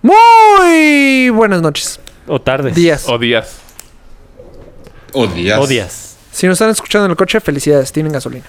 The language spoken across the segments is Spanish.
Muy buenas noches. O tardes. Días. O días. O días. O días. Si nos están escuchando en el coche, felicidades. Tienen gasolina.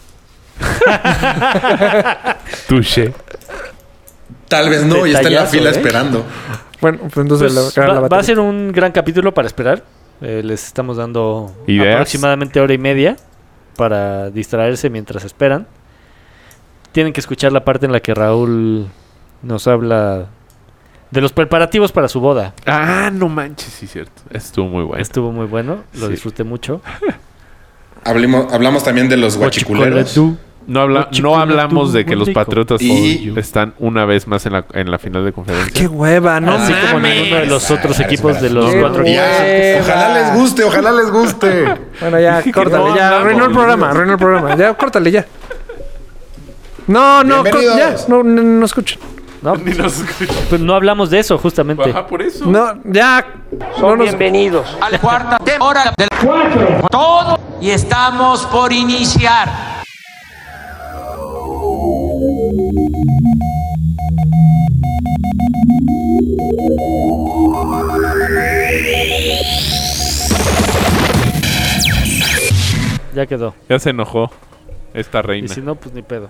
Touché. Tal vez no, y está en la Detallazo, fila ¿eh? esperando. Bueno, pues entonces Pues la va a batería. ser un gran capítulo para esperar. Les estamos dando Ideas. aproximadamente hora y media para distraerse mientras esperan. Tienen que escuchar la parte en la que Raúl nos habla de los preparativos para su boda. Ah, no manches, sí, cierto. Estuvo muy bueno. Estuvo muy bueno, lo Sí. disfruté mucho. Hablamos también de los guachiculeros. No hablamos de que los Patriotas Y- están una vez más en la final de conferencia. ¡Qué hueva! ¡No Así como mames! ninguno de los otros equipos de los Qué 4 equipos. hueva. Ojalá les guste, ojalá les guste. Bueno, ya, Dije que córtale. no Ya, hablamos, arruinó el programa. Arruinó el programa. Ya, córtale, ya. No, Bienvenidos. ya. No escuchen. No, Ni nos escucha. pues no hablamos de eso, justamente. Ajá, por eso. No, ya. No nos... Bienvenidos a la cuarta hora del 4. Todo y estamos por iniciar. Ya quedó. Ya se enojó esta Y reina. si no, pues ni pedo.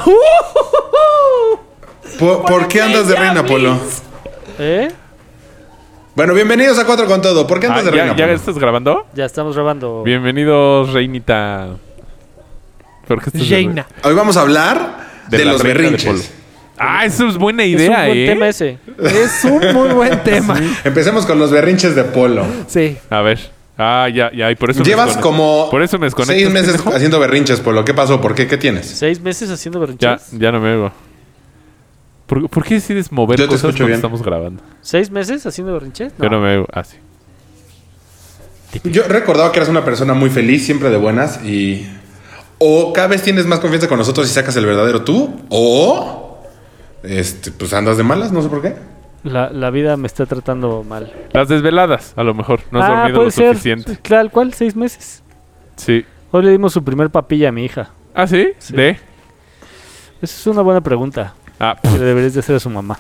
¿Por qué andas de reina, Polo? ¿Eh? Bueno, bienvenidos a Cuatro con Todo. ¿Por qué andas de reina, ¿Ya Polo? estás grabando? Ya estamos grabando. Bienvenidos, reinita. ¿Por qué estás de Jaina. Hoy vamos a hablar de la los reina de berrinches. Polo? Ah, eso es buena Es un idea, buen ¿eh? tema ese. Es un muy buen tema. Empecemos con los berrinches de Polo. Sí. A ver. Ah, ya, y por eso me Llevas desconecto. como Por eso me desconectas, 6 meses pendejo. haciendo berrinches, Polo. ¿Qué pasó? ¿Por qué? ¿Qué tienes? 6 meses haciendo Ya, berrinches. ya no me oigo. ¿Por qué decides mover Yo te cosas escucho cuando bien. estamos grabando? 6 meses haciendo berrinches. Yo no me oigo. Ah, sí. Yo recordaba que eras una persona muy feliz, siempre de buenas y... O cada vez tienes más confianza con nosotros y sacas el verdadero tú. O... pues andas de malas, no sé por qué. La vida me está tratando mal. Las desveladas, a lo mejor. No has dormido puede lo ser. suficiente. Claro, ¿cuál? 6 meses. Sí. Hoy le dimos su primer papilla a mi hija. ¿Ah, sí? Sí. ¿De? Esa es una buena pregunta. Ah, Que le deberías de hacer a su mamá.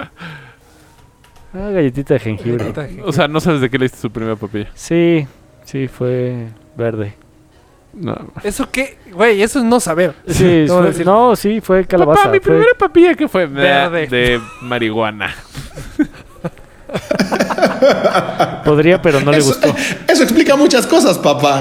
Galletita de jengibre. o sea, no sabes de qué le diste su primera papilla. Sí, fue verde. No. ¿Eso qué? Güey, eso es no saber. Sí, Te voy a fue, decir. no, sí, fue calabaza. Papá, mi fue- primera papilla que fue Verde. de marihuana. Podría, pero no le Eso- gustó. Eso explica muchas cosas, papá.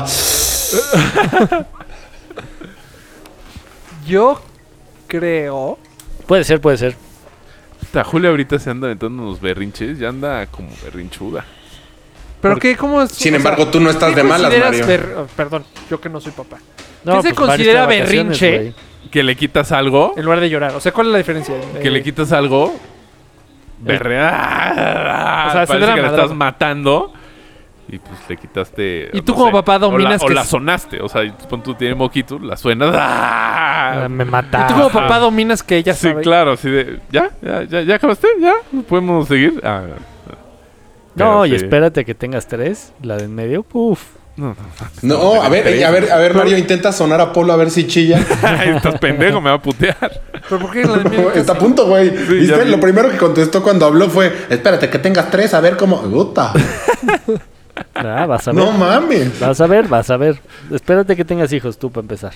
Yo creo... Puede ser. Esta Julia ahorita se anda aventando unos berrinches. Ya anda como berrinchuda. ¿Pero qué? ¿Cómo es? Sin O embargo, sea, tú no estás ¿qué de malas, consideras Mario. perdón, yo que no soy papá. No, ¿Qué se pues, Mario considera está de vacaciones, berrinche? güey. Que le quitas algo. En lugar de llorar. O sea, ¿cuál es la diferencia? Que le quitas algo. Berrea. O sea, hace parece que drama, la estás drama. matando. Y pues le quitaste. ¿Y tú como papá dominas O que la es- sonaste. O sea, pon tú tienes moquito, la suenas. Me ¿Y mata. tú como papá dominas que ella Sí, sabe? claro, así de. ¿Ya acabaste? ¿Ya? ¿Podemos seguir? No, Pero y sí. espérate que tengas 3. La de en medio, uf. No, a ver, Mario, intenta sonar a Polo a ver si chilla. Ay, estás pendejo, me va a putear. ¿Pero por qué la de miedo? Está a punto, güey. ya ¿Viste? vi. Lo primero que contestó cuando habló fue: espérate, que tengas 3, a ver cómo. Puta. Vas a ver. No mames. Vas a ver. Espérate que tengas hijos tú para empezar.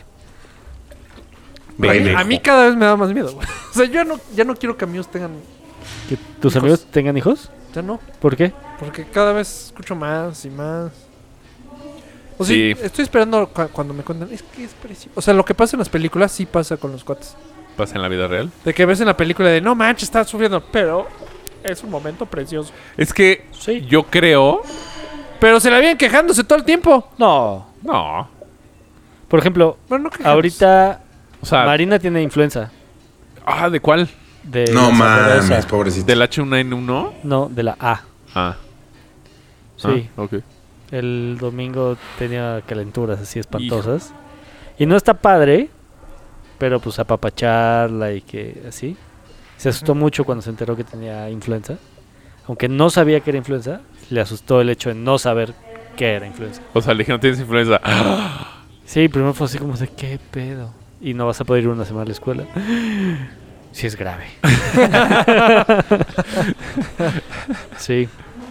A mí cada vez me da más miedo, güey. O sea, yo ya no quiero que amigos tengan... ¿Que tus Hijos. amigos tengan hijos? Ya no. ¿Por qué? Porque cada vez escucho más y más. O sea, Sí. estoy esperando cuando me cuentan. Es que es precioso. O sea, lo que pasa en las películas sí pasa con los cuates. ¿Pasa en la vida real? De que ves en la película de no manches, está sufriendo. Pero es un momento precioso. Es que Sí. yo creo. Pero se la vienen quejándose todo el tiempo. No. No. Por ejemplo, Bueno, no quejándose. ahorita O sea. Marina tiene influenza. ¿De cuál? De No la mames, saborosa. pobrecito. ¿Del H1N1? No, de la A. Ah. Sí. Ok. El domingo tenía calenturas así espantosas. Y no está padre, pero pues apapacharla y que así. Se asustó mucho cuando se enteró que tenía influenza. Aunque no sabía que era influenza, le asustó el hecho de no saber que era influenza. O sea, le dijeron, tienes influenza. Sí, primero fue así como de, ¿qué pedo? Y no vas a poder ir una semana a la escuela. Sí es grave. Sí.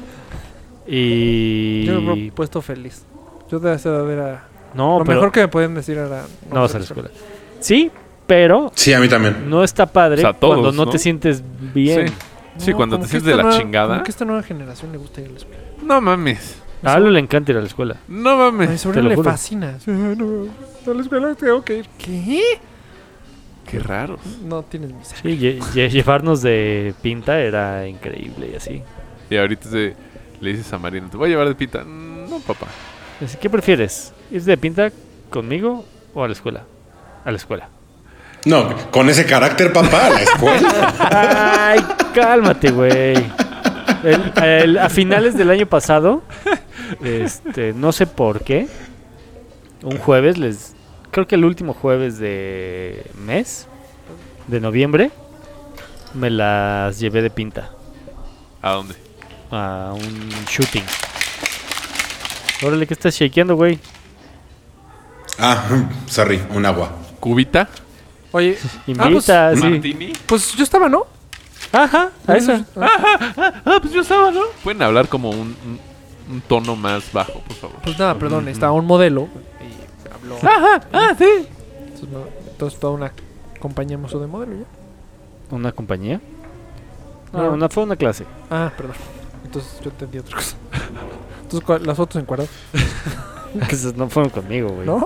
Y... Yo me he puesto feliz. Yo de esa edad era... No, lo pero mejor que me pueden decir era... no vas a la escuela. Sí, pero Sí, a mí también. no está padre O sea, todos, cuando no ¿no? te sientes bien. Sí. Sí, cuando como te que sientes de la esta chingada. Como que esta nueva generación le gusta ir a la escuela. No mames. A Alo le encanta ir a la escuela. No A mi mames. sobrino lo le juro. fascina. No, a la escuela tengo que ir. ¿Qué? Qué raro. No tienes misa. Sí, llevarnos de pinta era increíble y así. Y ahorita le dices a Marina, ¿te voy a llevar de pita? No, papá. Así, ¿qué prefieres? ¿Ir de pinta conmigo o a la escuela? A la escuela. No, con ese carácter, papá, a la escuela. Ay, cálmate, güey. A finales del año pasado, no sé por qué, un jueves, creo que el último jueves de mes, de noviembre, me las llevé de pinta ¿A dónde? a un shooting. Órale, ¿qué estás shakeando, güey? Ah, sorry, un agua. ¿Cubita? Oye, Invita, sí. ¿Martini? pues yo estaba, ¿no? Ajá, a eso. Pues yo estaba, ¿no? Pueden hablar como un tono más bajo, por favor. Pues nada, perdón, estaba un modelo y habló. Sí. Entonces toda una compañía me usó de modelo ya. ¿Una compañía? No. No, fue una clase. Ah, perdón. Entonces yo entendí otra cosa. Entonces las fotos en cuadrado, Que esas no fueron conmigo, güey. ¿no?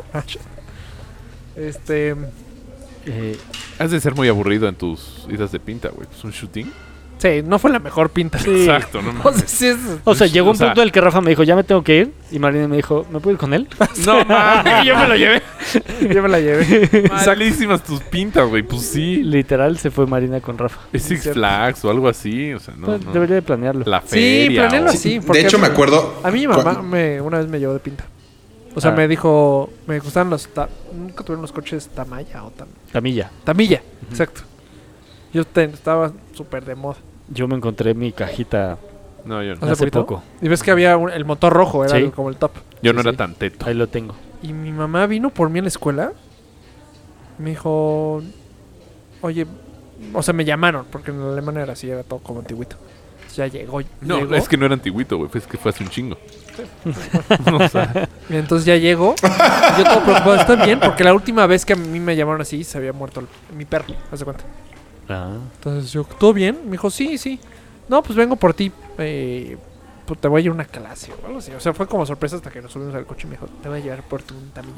Has de ser muy aburrido en tus idas de pinta, güey. Pues un shooting. Sí, no fue la mejor pinta. Exacto, no O sea, mames. sí es... O sea, llegó un O sea- punto en el que Rafa me dijo, ya me tengo que ir. Y Marina me dijo, ¿me puedo ir con él? No mames. Y yo me lo llevé. Yo me la llevé. Malísimas tus pintas, güey. Pues sí. Literal, se fue Marina con Rafa. Es Six Flags o algo así. O sea, no. Pues, no. debería de planearlo. La Sí, feria. planéalo o- así. De porque hecho, me acuerdo. A mí mi mamá una vez me llevó de pinta. O sea, Ah. me dijo... Me gustaban los... Nunca tuvieron los coches Tamaya o Tamilla. Tamilla. Exacto. Yo estaba súper de moda. Yo me encontré mi cajita No, yo no. ¿Hace hace poquito? poco. Y ves que había el motor rojo, era Sí. como el top. Yo Sí, no era sí. tan teto. Ahí lo tengo. Y mi mamá vino por mí a la escuela. Me dijo... Oye... O sea, me llamaron. Porque en Alemania era así, era todo como antiguito. Ya llegó. No, llegó, es que no era antiguito, güey. Es que fue hace un chingo. O sea, y entonces ya llegó. Y yo todo preocupado. ¿Están bien? Porque la última vez que a mí me llamaron así, se había muerto mi perro. ¿Haz de cuenta? Ah. Entonces yo, ¿todo bien? Me dijo, sí, sí. No, pues vengo por ti. Pues te voy a ir a una clase o algo así. O sea, fue como sorpresa hasta que nos subimos al coche y me dijo, te voy a llevar por tu Tamilla.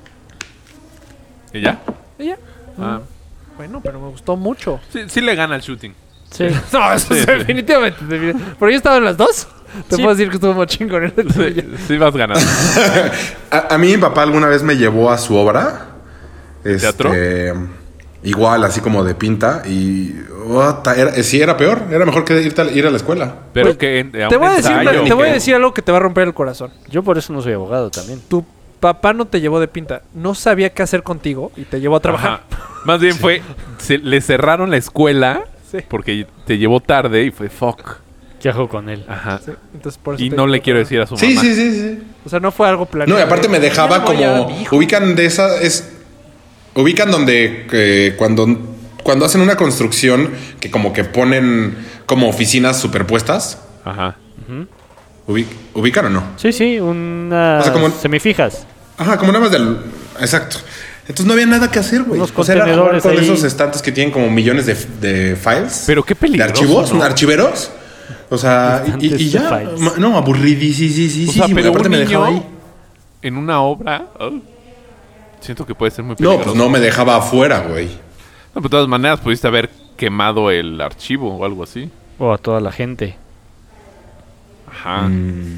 ¿y ya? Y ya. Ah. Bueno, pero me gustó mucho. Sí le gana al shooting. Sí. No, eso Sí, es sí. definitivamente. Pero yo estaba en las dos. Te Sí. puedo decir que estuvo más chingón en el Sí, Tamilla. sí vas ganando. A mí mi papá alguna vez me llevó a su obra. ¿Teatro? Igual, así como de pinta. Y sí, era peor. Era mejor que ir a la escuela. Pero Pues, que Te voy a decir algo que te va a romper el corazón. Yo por eso no soy abogado también. Tu papá no te llevó de pinta. No sabía qué hacer contigo y te llevó a trabajar. Más bien le cerraron la escuela Sí. porque te llevó tarde y fue fuck. ¿Qué hago con él? Ajá. Sí, entonces por eso Y te no llevó le a quiero trabajar. decir a su Sí, mamá. sí, sí, sí. O sea, no fue algo planeado. No, y aparte me dejaba Ya voy a como... mi hijo. Ubican de esa... Ubican donde cuando hacen una construcción que como que ponen como oficinas superpuestas. Ajá. ¿Ubican o no? Sí, sí, unas O sea, como- semifijas. Ajá, como nada más del... Exacto. Entonces no había nada que hacer, güey. Unos O sea, era jugar contenedores con ahí. esos estantes que tienen como millones de files. Pero qué De peligroso, archivos, ¿no? archiveros. O sea, Estantes y de ya. files. No, aburridísimo. O sea, pero aparte un me dejaba niño ahí. en una obra... siento que puede ser muy No, peligroso. pues no me dejaba afuera, güey. No, pero de todas maneras pudiste haber quemado el archivo o algo así. O a toda la gente. Ajá.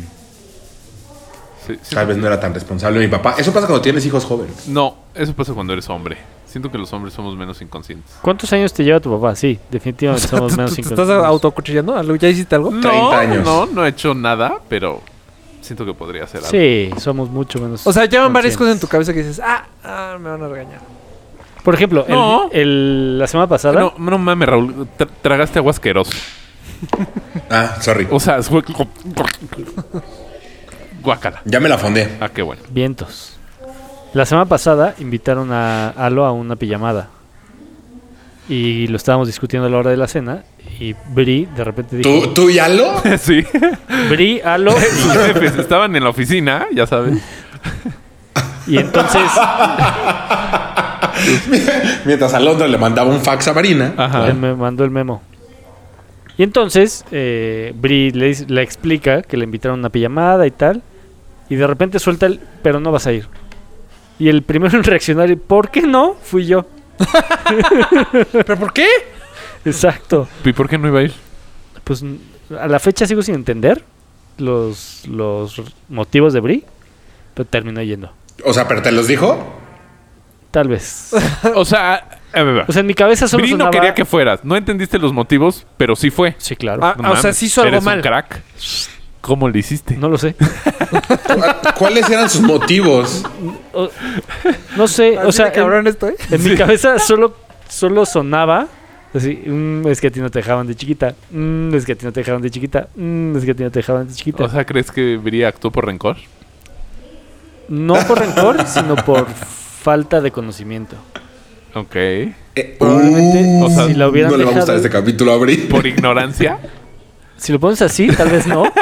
Sí, Tal vez no era tan responsable mi papá. Eso pasa cuando tienes hijos jóvenes. No, eso pasa cuando eres hombre. Siento que los hombres somos menos inconscientes. ¿Cuántos años te lleva tu papá? Sí, definitivamente somos menos ¿Te estás inconscientes. autocuchillando? ¿Algo? ¿Ya hiciste algo? 30 años. No he hecho nada, pero siento que podría hacer algo. Sí, somos mucho menos. O sea, llevan varias cosas en tu conscientes. cabeza que dices, me van a regañar. Por ejemplo, No. la semana pasada. No mames, Raúl. Tragaste agua asqueroso. Ah, sorry. O sea, guácala. Ya me la fondé. Ah, qué bueno. Vientos. La semana pasada invitaron a Alo a una pijamada. Y lo estábamos discutiendo a la hora de la cena. Y Bri de repente dijo... ¿Tú y Alo? Sí. Bri, Alo. Sus jefes estaban en la oficina, ya sabes. Y entonces... Mientras Alondra le mandaba un fax a Marina. Ajá. Él me mandó el memo. Y entonces Bri le explica que le invitaron a una pijamada y tal. Y de repente suelta el... Pero no vas a ir. Y el primero en reaccionar, ¿por qué no? Fui yo. ¿Pero por qué? Exacto. ¿Y por qué no iba a ir? Pues a la fecha sigo sin entender los motivos de Bri. Pero terminó yendo. O sea, ¿pero te los dijo? Tal vez. O sea, O sea, en mi cabeza solo Bri no sonaba... quería que fueras. No entendiste los motivos, pero sí fue. Sí, claro. Ah, No o sea, mames, sí hizo algo eres un mal. crack. ¿Cómo le hiciste? No lo sé. ¿Cuáles eran sus motivos? No sé. O sea, cabrón esto, ¿eh? en mi cabeza solo sonaba así, es que a ti no te dejaban de chiquita, es que a ti no te dejaban de chiquita, es que a ti no te dejaban de chiquita. O sea, ¿crees que Bri actuó por rencor? No por rencor, sino por falta de conocimiento. Ok. Probablemente, o sea, si la hubieran No le va a gustar dejado, este capítulo a Bri. ¿Por ignorancia? si lo pones así, tal vez no.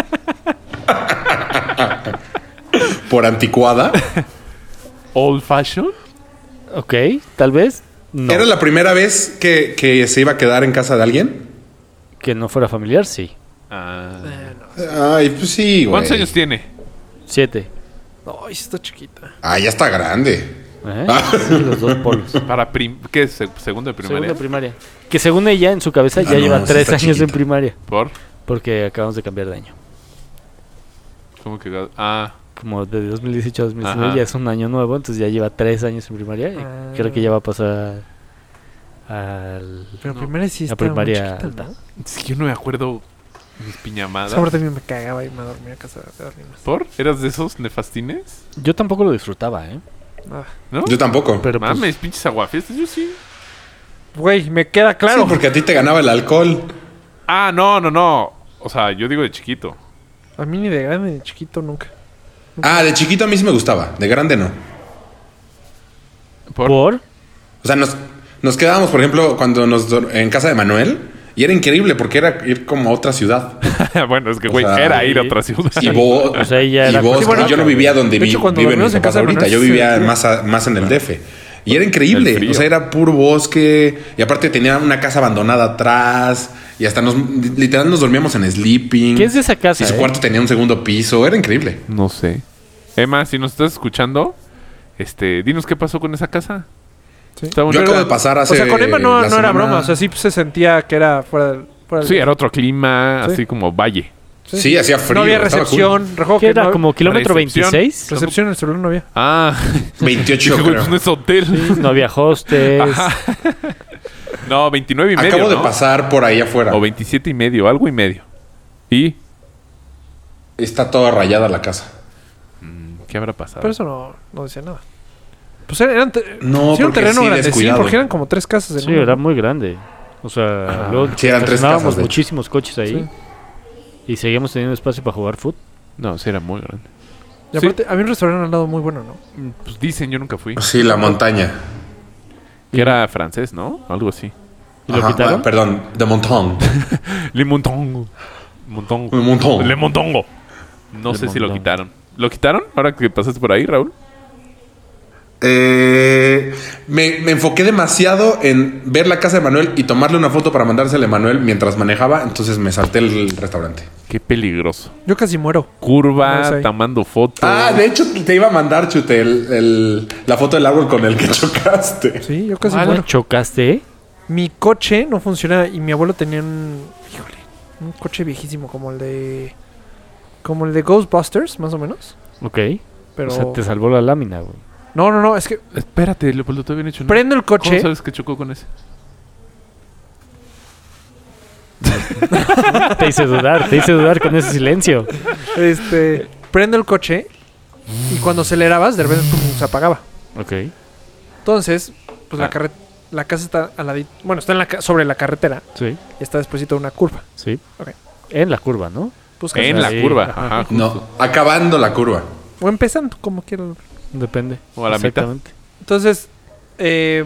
Por anticuada. ¿Old fashion? Ok, tal vez no. ¿Era la primera vez que se iba a quedar en casa de alguien? Que no fuera familiar, sí. Ah. Ay, pues sí, güey. ¿Cuántos años tiene? 7. Ay, sí está chiquita. Ah, ya está grande. Sí, los dos polos. Para ¿qué es? ¿Segundo de primaria? Segunda primaria. Que según ella, en su cabeza, ya no, lleva sí 3 está años en chiquita. primaria. ¿Por? Porque acabamos de cambiar de año. ¿Cómo que? Ah, Como de 2018 a 2019 Ajá. ya es un año nuevo, entonces ya lleva 3 años en primaria. Y Ah. creo que ya va a pasar al... Pero No. primaria sí La está muy primaria chiquita, alta. ¿no? es que yo no me acuerdo mis piñamadas. Esa parte también me cagaba y me dormía a casa de alguien más. ¿Por? ¿Eras de esos nefastines? Yo tampoco lo disfrutaba, ¿eh? Ah. ¿No? Yo tampoco. Pero pues, Mames, pinches aguafiestas, yo sí. Güey, me queda claro. Sí, porque a ti te ganaba el alcohol. Ah, no. O sea, yo digo de chiquito. A mí ni de grande ni de chiquito nunca. Ah, de chiquito a mí sí me gustaba. De grande no. ¿por? O sea, nos quedábamos, por ejemplo, en casa de Manuel. Y era increíble porque era ir como a otra ciudad. Bueno, es que, O güey, sea, era ir a otra ciudad. Y vos, O sea, ella era- y vos- Sí, bueno, yo no vivía donde de hecho, cuando viven mis dormimos en papás casa de ahorita. Manuel, Yo sí vivía se más en el DF. Y era El increíble. frío. O sea, era puro bosque. Y aparte tenía una casa abandonada atrás. Y hasta literal nos dormíamos en sleeping. ¿Qué es de esa casa? Y su cuarto tenía un segundo piso. Era increíble. No sé. Emma, si nos estás escuchando, dinos qué pasó con esa casa. Sí. Está Yo bonito. acabo de pasar hace... O sea, con Emma no la era semana- broma. O sea, sí se sentía que era fuera del... Sí, era otro clima, Sí. así como valle. Sí, hacía frío. No había estaba recepción. Recuerdo ¿Qué que era? no- ¿Como kilómetro recepción. 26? Recepción en el celular no había. Ah, cool. 28, dije, güey, creo. pues no es hotel. No había hostes. No, 29 y medio, Acabo de ¿no? pasar por ahí afuera. O 27 y medio, algo y medio. ¿Y Está toda rayada la casa. qué habrá pasado? Pero eso no decía nada. Pues eran... No, sí, era un porque terreno sí, grande, sí, descuidado. porque eran como 3 casas en Sí, uno. era muy grande. O sea, luego Sí, eran 3 estacionábamos casas, de hecho. muchísimos coches ahí. Sí. Y seguíamos teniendo espacio para jugar fútbol. No, sí era muy grande. Y aparte, había un restaurante al lado muy bueno, ¿no? Pues dicen, yo nunca fui. Sí, la montaña. Que era francés, ¿no? Algo así. ¿Y lo Ajá, quitaron? perdón, de montón. Le Montongo. Montongo. Le Monton. Le Montongo. No Le sé si lo Monton. quitaron. ¿Lo quitaron ahora que pasaste por ahí, Raúl? Me enfoqué demasiado en ver la casa de Manuel y tomarle una foto para mandársela a Manuel mientras manejaba, entonces me salté el restaurante. Qué peligroso. Yo casi muero. Curva, No sé. tomando fotos. Ah, de hecho te iba a mandar, Chute, la foto del árbol con el que chocaste. Sí, yo casi ¿Cuál muero. chocaste? Mi coche no funcionaba y mi abuelo tenía un coche viejísimo como el de Ghostbusters, más o menos. Ok. Pero O sea, te salvó la lámina, güey. no, es que Espérate, Leopoldo, todavía no he hecho nada. prendo el ¿Cómo coche. sabes que chocó con ese? Te hice dudar con ese silencio. Prendo el coche y cuando acelerabas de repente pum, se apagaba. Ok. Entonces, pues Ah. la casa está está sobre la carretera Sí, y está despuésito de una curva. sí. Ok. En la curva, ¿no? Pues En casi. la Sí, curva. ajá. Ajá, justo. No, acabando la curva. O empezando, como quieran. Depende. O a la mitad. Exactamente. Entonces,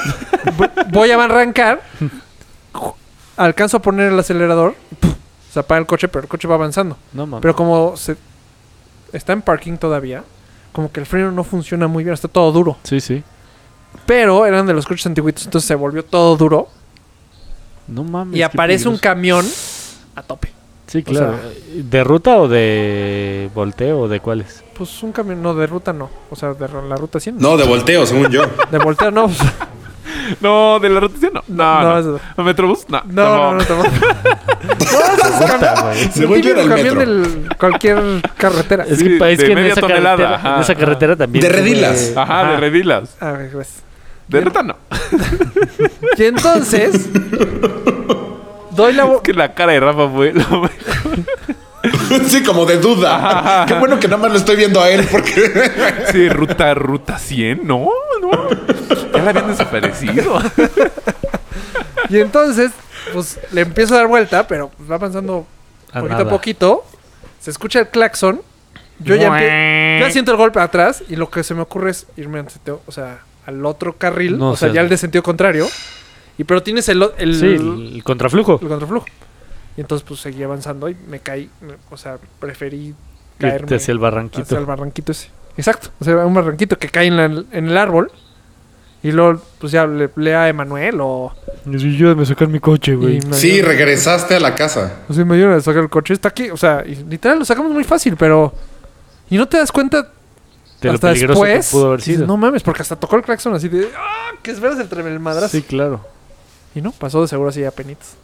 Voy a arrancar. Alcanzo a poner el acelerador. Se apaga el coche, pero el coche va avanzando. No mames. Pero como está en parking todavía, como que el freno no funciona muy bien, está todo duro. Sí. Pero eran de los coches antiguitos, entonces se volvió todo duro. No mames. Y qué aparece un peligroso. camión a tope. Sí, o claro. ¿De ruta o de volteo o de cuáles? Pues un camión, no, de ruta no. O sea, de la ruta 100. No, de volteo, según yo. De volteo no. No, de la rotación no. No. eso- ¿A Metrobús? No. No, tampoco. Puta, güey. Según yo era el camión metro. de cualquier carretera. Es Sí, que, es de que en media esa tonelada, carretera, ajá. en esa carretera también. De sube- redilas. Ajá, de redilas. Ah, pues. De ruta no. Y entonces doy la Que la cara de Rafa fue lo mejor. Sí, como de duda. Qué bueno que nada más lo estoy viendo a él porque... Sí, ruta 100. No. Ya la habían desaparecido. Y entonces, pues le empiezo a dar vuelta, pero pues, va avanzando A poquito nada. a poquito. Se escucha el claxon. Yo ya siento el golpe atrás y lo que se me ocurre es irme al sentido, o sea, al otro carril, No, o sea, o sea, ya el de sentido contrario. Pero tienes el Sí, el contraflujo. el contraflujo. Y entonces pues seguí avanzando y me caí, o sea, preferí Irte caerme hacia el barranquito. hacia el barranquito ese. Exacto, o sea, un barranquito que cae en el árbol. Y luego pues ya le a Emanuel o... Y yo me sacar mi coche, güey. y me Sí, ayudan- regresaste a la casa. o sea, me ayudan a sacar el coche. Está aquí, o sea, y literal lo sacamos muy fácil, pero... Y no te das cuenta De lo hasta peligroso después. que pudo haber dices, sido. no mames, porque hasta tocó el claxon así de... ¡Ah! Que esperas el madrazo. Sí, claro. Y no, pasó de seguro así a penitas.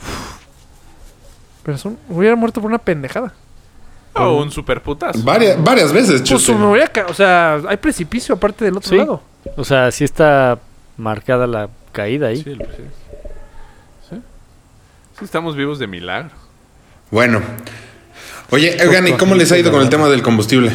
Pero hubiera muerto por una pendejada. O un super putazo. Varias veces, Pues Chute. me hubiera o sea, hay precipicio aparte del otro Sí. lado. O sea, sí está marcada la caída ahí. Sí. Sí, estamos vivos de milagro. Bueno. Oye, oigan, ¿y cómo les ha ido con el tema del combustible?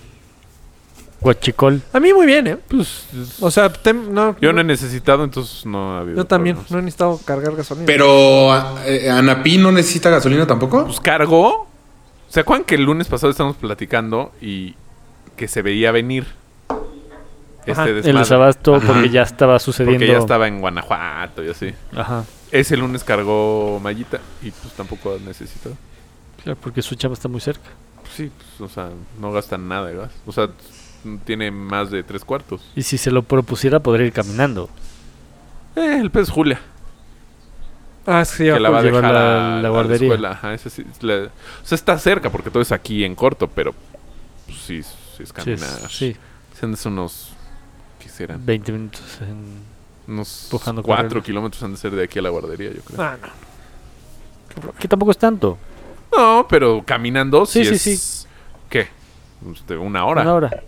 Guachicol. A mí muy bien, ¿eh? Pues, o sea, no, Yo no he necesitado, entonces no ha habido. yo también. problemas. No he necesitado cargar gasolina. Pero, ¿Anapi no necesita gasolina tampoco? Pues cargó. ¿Se acuerdan que el lunes pasado estábamos platicando y que se veía venir Ajá. este El desmadre? desabasto porque Ajá. ya estaba sucediendo. Porque ya estaba en Guanajuato y así. Ajá. Ese lunes cargó Mayita y pues tampoco necesitó. Claro, porque su chamba está muy cerca. Sí, pues, o sea, no gastan nada de gas. O sea, tiene más de 3/4. Y si se lo propusiera, podría ir caminando. El pez Julia. Ah, es que Que la va a dejar llevarla a a la la guardería. escuela. Ajá, ese sí, o sea, está cerca porque todo es aquí en corto, pero pues, sí es Sí, caminar. sí, Son unos, ¿qué serán? 20 minutos. En... Unos Empujando 4 corriendo. kilómetros han de ser de aquí a la guardería, yo creo. Ah, no. Que tampoco es tanto. No, pero caminando sí, Sí, sí, es... ¿Qué? ¿Una hora? Una hora.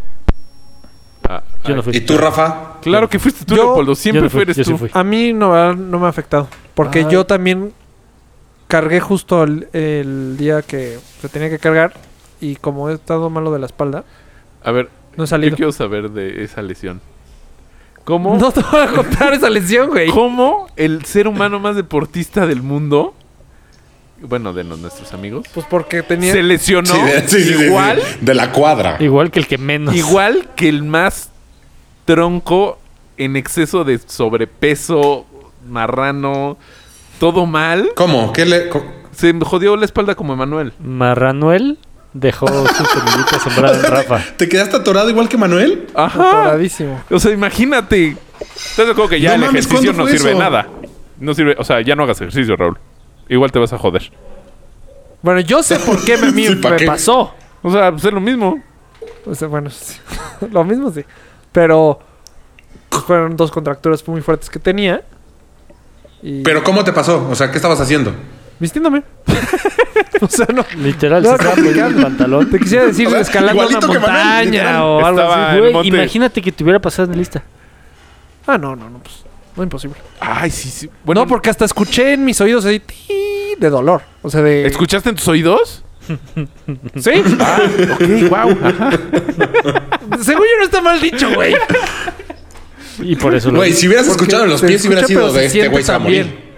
Ah, Yo no ay. fui. ¿Y tú, Rafa? Claro que fuiste tú, Yo- Leopoldo. Siempre Yo no fui, fueres yo sí tú. fui. A mí no me ha afectado. Porque Ay. yo también cargué justo el día que se tenía que cargar. Y como he estado malo de la espalda, A ver, no he yo salido. quiero saber de esa lesión. ¿Cómo? No te voy a contar esa lesión, güey. ¿Cómo el ser humano más deportista del mundo, bueno, de nuestros amigos, Pues porque tenía... se lesionó Sí, igual, de la cuadra. Igual que el que menos. igual que el más tronco en exceso de sobrepeso, marrano, todo mal? ¿Cómo? Se me jodió la espalda como Emanuel. Marranuel dejó su semillita sembrada en Rafa. ¿Te quedaste atorado igual que Manuel? Ajá. Atoradísimo. O sea, imagínate. ¿Estás de acuerdo que ya No el mames, ejercicio ¿cuándo no fue sirve de eso? nada? No sirve, o sea, ya no hagas ejercicio, Raúl. Igual te vas a joder. Bueno, yo sé por qué Sí, ¿pa' me qué? pasó. O sea, pues es lo mismo. O sea, bueno, sí. Lo mismo sí. Pero pues, fueron 2 contracturas muy fuertes que tenía. Y ¿Pero cómo te pasó? O sea, ¿qué estabas haciendo? vistiéndome. O sea, no. Literal, No, se estaba poniendo el complicado. pantalón. Te quisiera decir O sea, escalando una igualito que Manuel, montaña literal. o algo Estaba así. en Güey, monte. imagínate que te hubiera pasado en lista. Ah, no, pues. No, imposible. Ay, sí, sí. Bueno, No, porque hasta escuché en mis oídos así "Ti", de dolor. O sea, de. ¿escuchaste en tus oídos? ¿Sí? Ah, ok, wow. Según yo no está mal dicho, güey. Y por eso lo Güey, si hubieras Porque escuchado en los se pies, hubiera escucha, sido pero se de este siente güey se va a también. morir.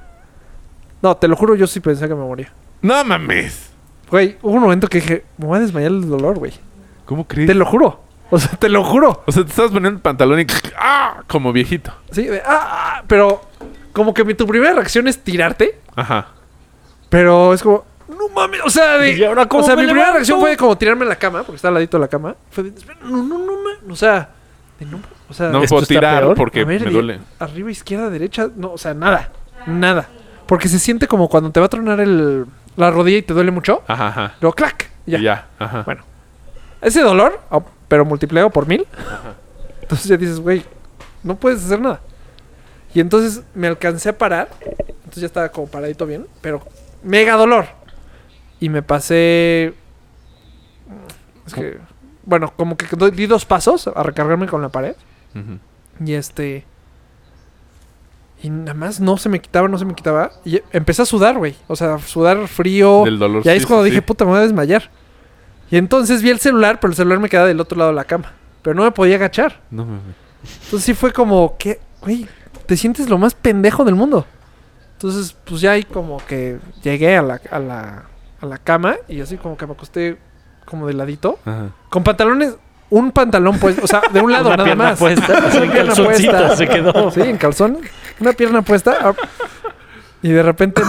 No, te lo juro, yo sí pensé que me moría. No mames. Güey, hubo un momento que dije, me voy a desmayar del dolor, güey. ¿Cómo crees? Te lo juro. O sea, te lo juro. O sea, te estabas poniendo el pantalón y... ¡Ah! Como viejito. Sí, pero como que tu primera reacción es tirarte, Ajá. pero es como, no mames, o sea, ¿Y ahora cómo o sea, me mi primera levanto? reacción fue como tirarme en la cama, porque estaba al ladito de la cama. Fue de, espera, no, o sea, o sea, No me ¿Esto puedo está tirar peor? porque a ver, me duele. arriba, izquierda, derecha, no, o sea, nada, porque se siente como cuando te va a tronar la rodilla y te duele mucho, Ajá, ajá. luego clac, ya. Y ya. Ajá. Bueno, ese dolor, pero multiplicado por 1000. Entonces ya dices, güey, no puedes hacer nada. Y entonces me alcancé a parar. Entonces ya estaba como paradito bien, pero mega dolor. Y me pasé... Es que... Bueno, como que di 2 pasos a recargarme con la pared. Ujú. Y y nada más no se me quitaba. Y empecé a sudar, güey. O sea, sudar frío. Del dolor. Y ahí sí, es cuando sí, dije, sí. puta, me voy a desmayar. Y entonces vi el celular, pero el celular me quedaba del otro lado de la cama. Pero no me podía agachar. No mames. Entonces sí fue como que, güey, te sientes lo más pendejo del mundo. Entonces, pues ya ahí como que llegué a la cama y así como que me acosté como de ladito. Ajá. Con pantalones, un pantalón pues, o sea, de un lado Una nada pierna más. puesta, así en Una pierna calzoncita puesta. se quedó. Sí, en calzón. Una pierna puesta. Y de repente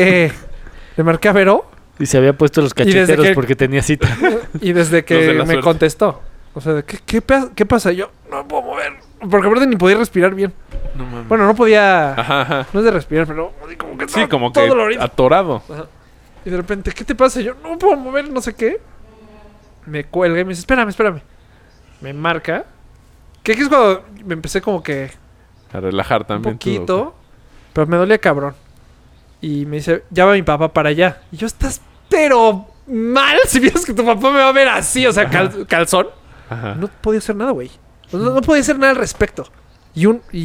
le marqué a Vero. Y se había puesto los Y desde cacheteros que- porque tenía cita. Y desde Los de que la me suerte. contestó. O sea, ¿qué pasa? Y yo, no me puedo mover. Porque aparte ni podía respirar bien. No mames. Bueno, no podía... Ajá, ajá. No es de respirar, pero así como que Sí, como todo que dolorido. atorado. Y de repente, ¿qué te pasa? Y yo, no me puedo mover, no sé qué. Me cuelga y me dice, espérame. Me marca. Que aquí es cuando me empecé como que A relajar un también. poquito. Pero me dolía cabrón. Y me dice, ya va mi papá para allá. Y yo, estás pero mal si vieras que tu papá me va a ver así, o sea, calzón. Ajá. No podía hacer nada, güey. No podía hacer nada al respecto. Y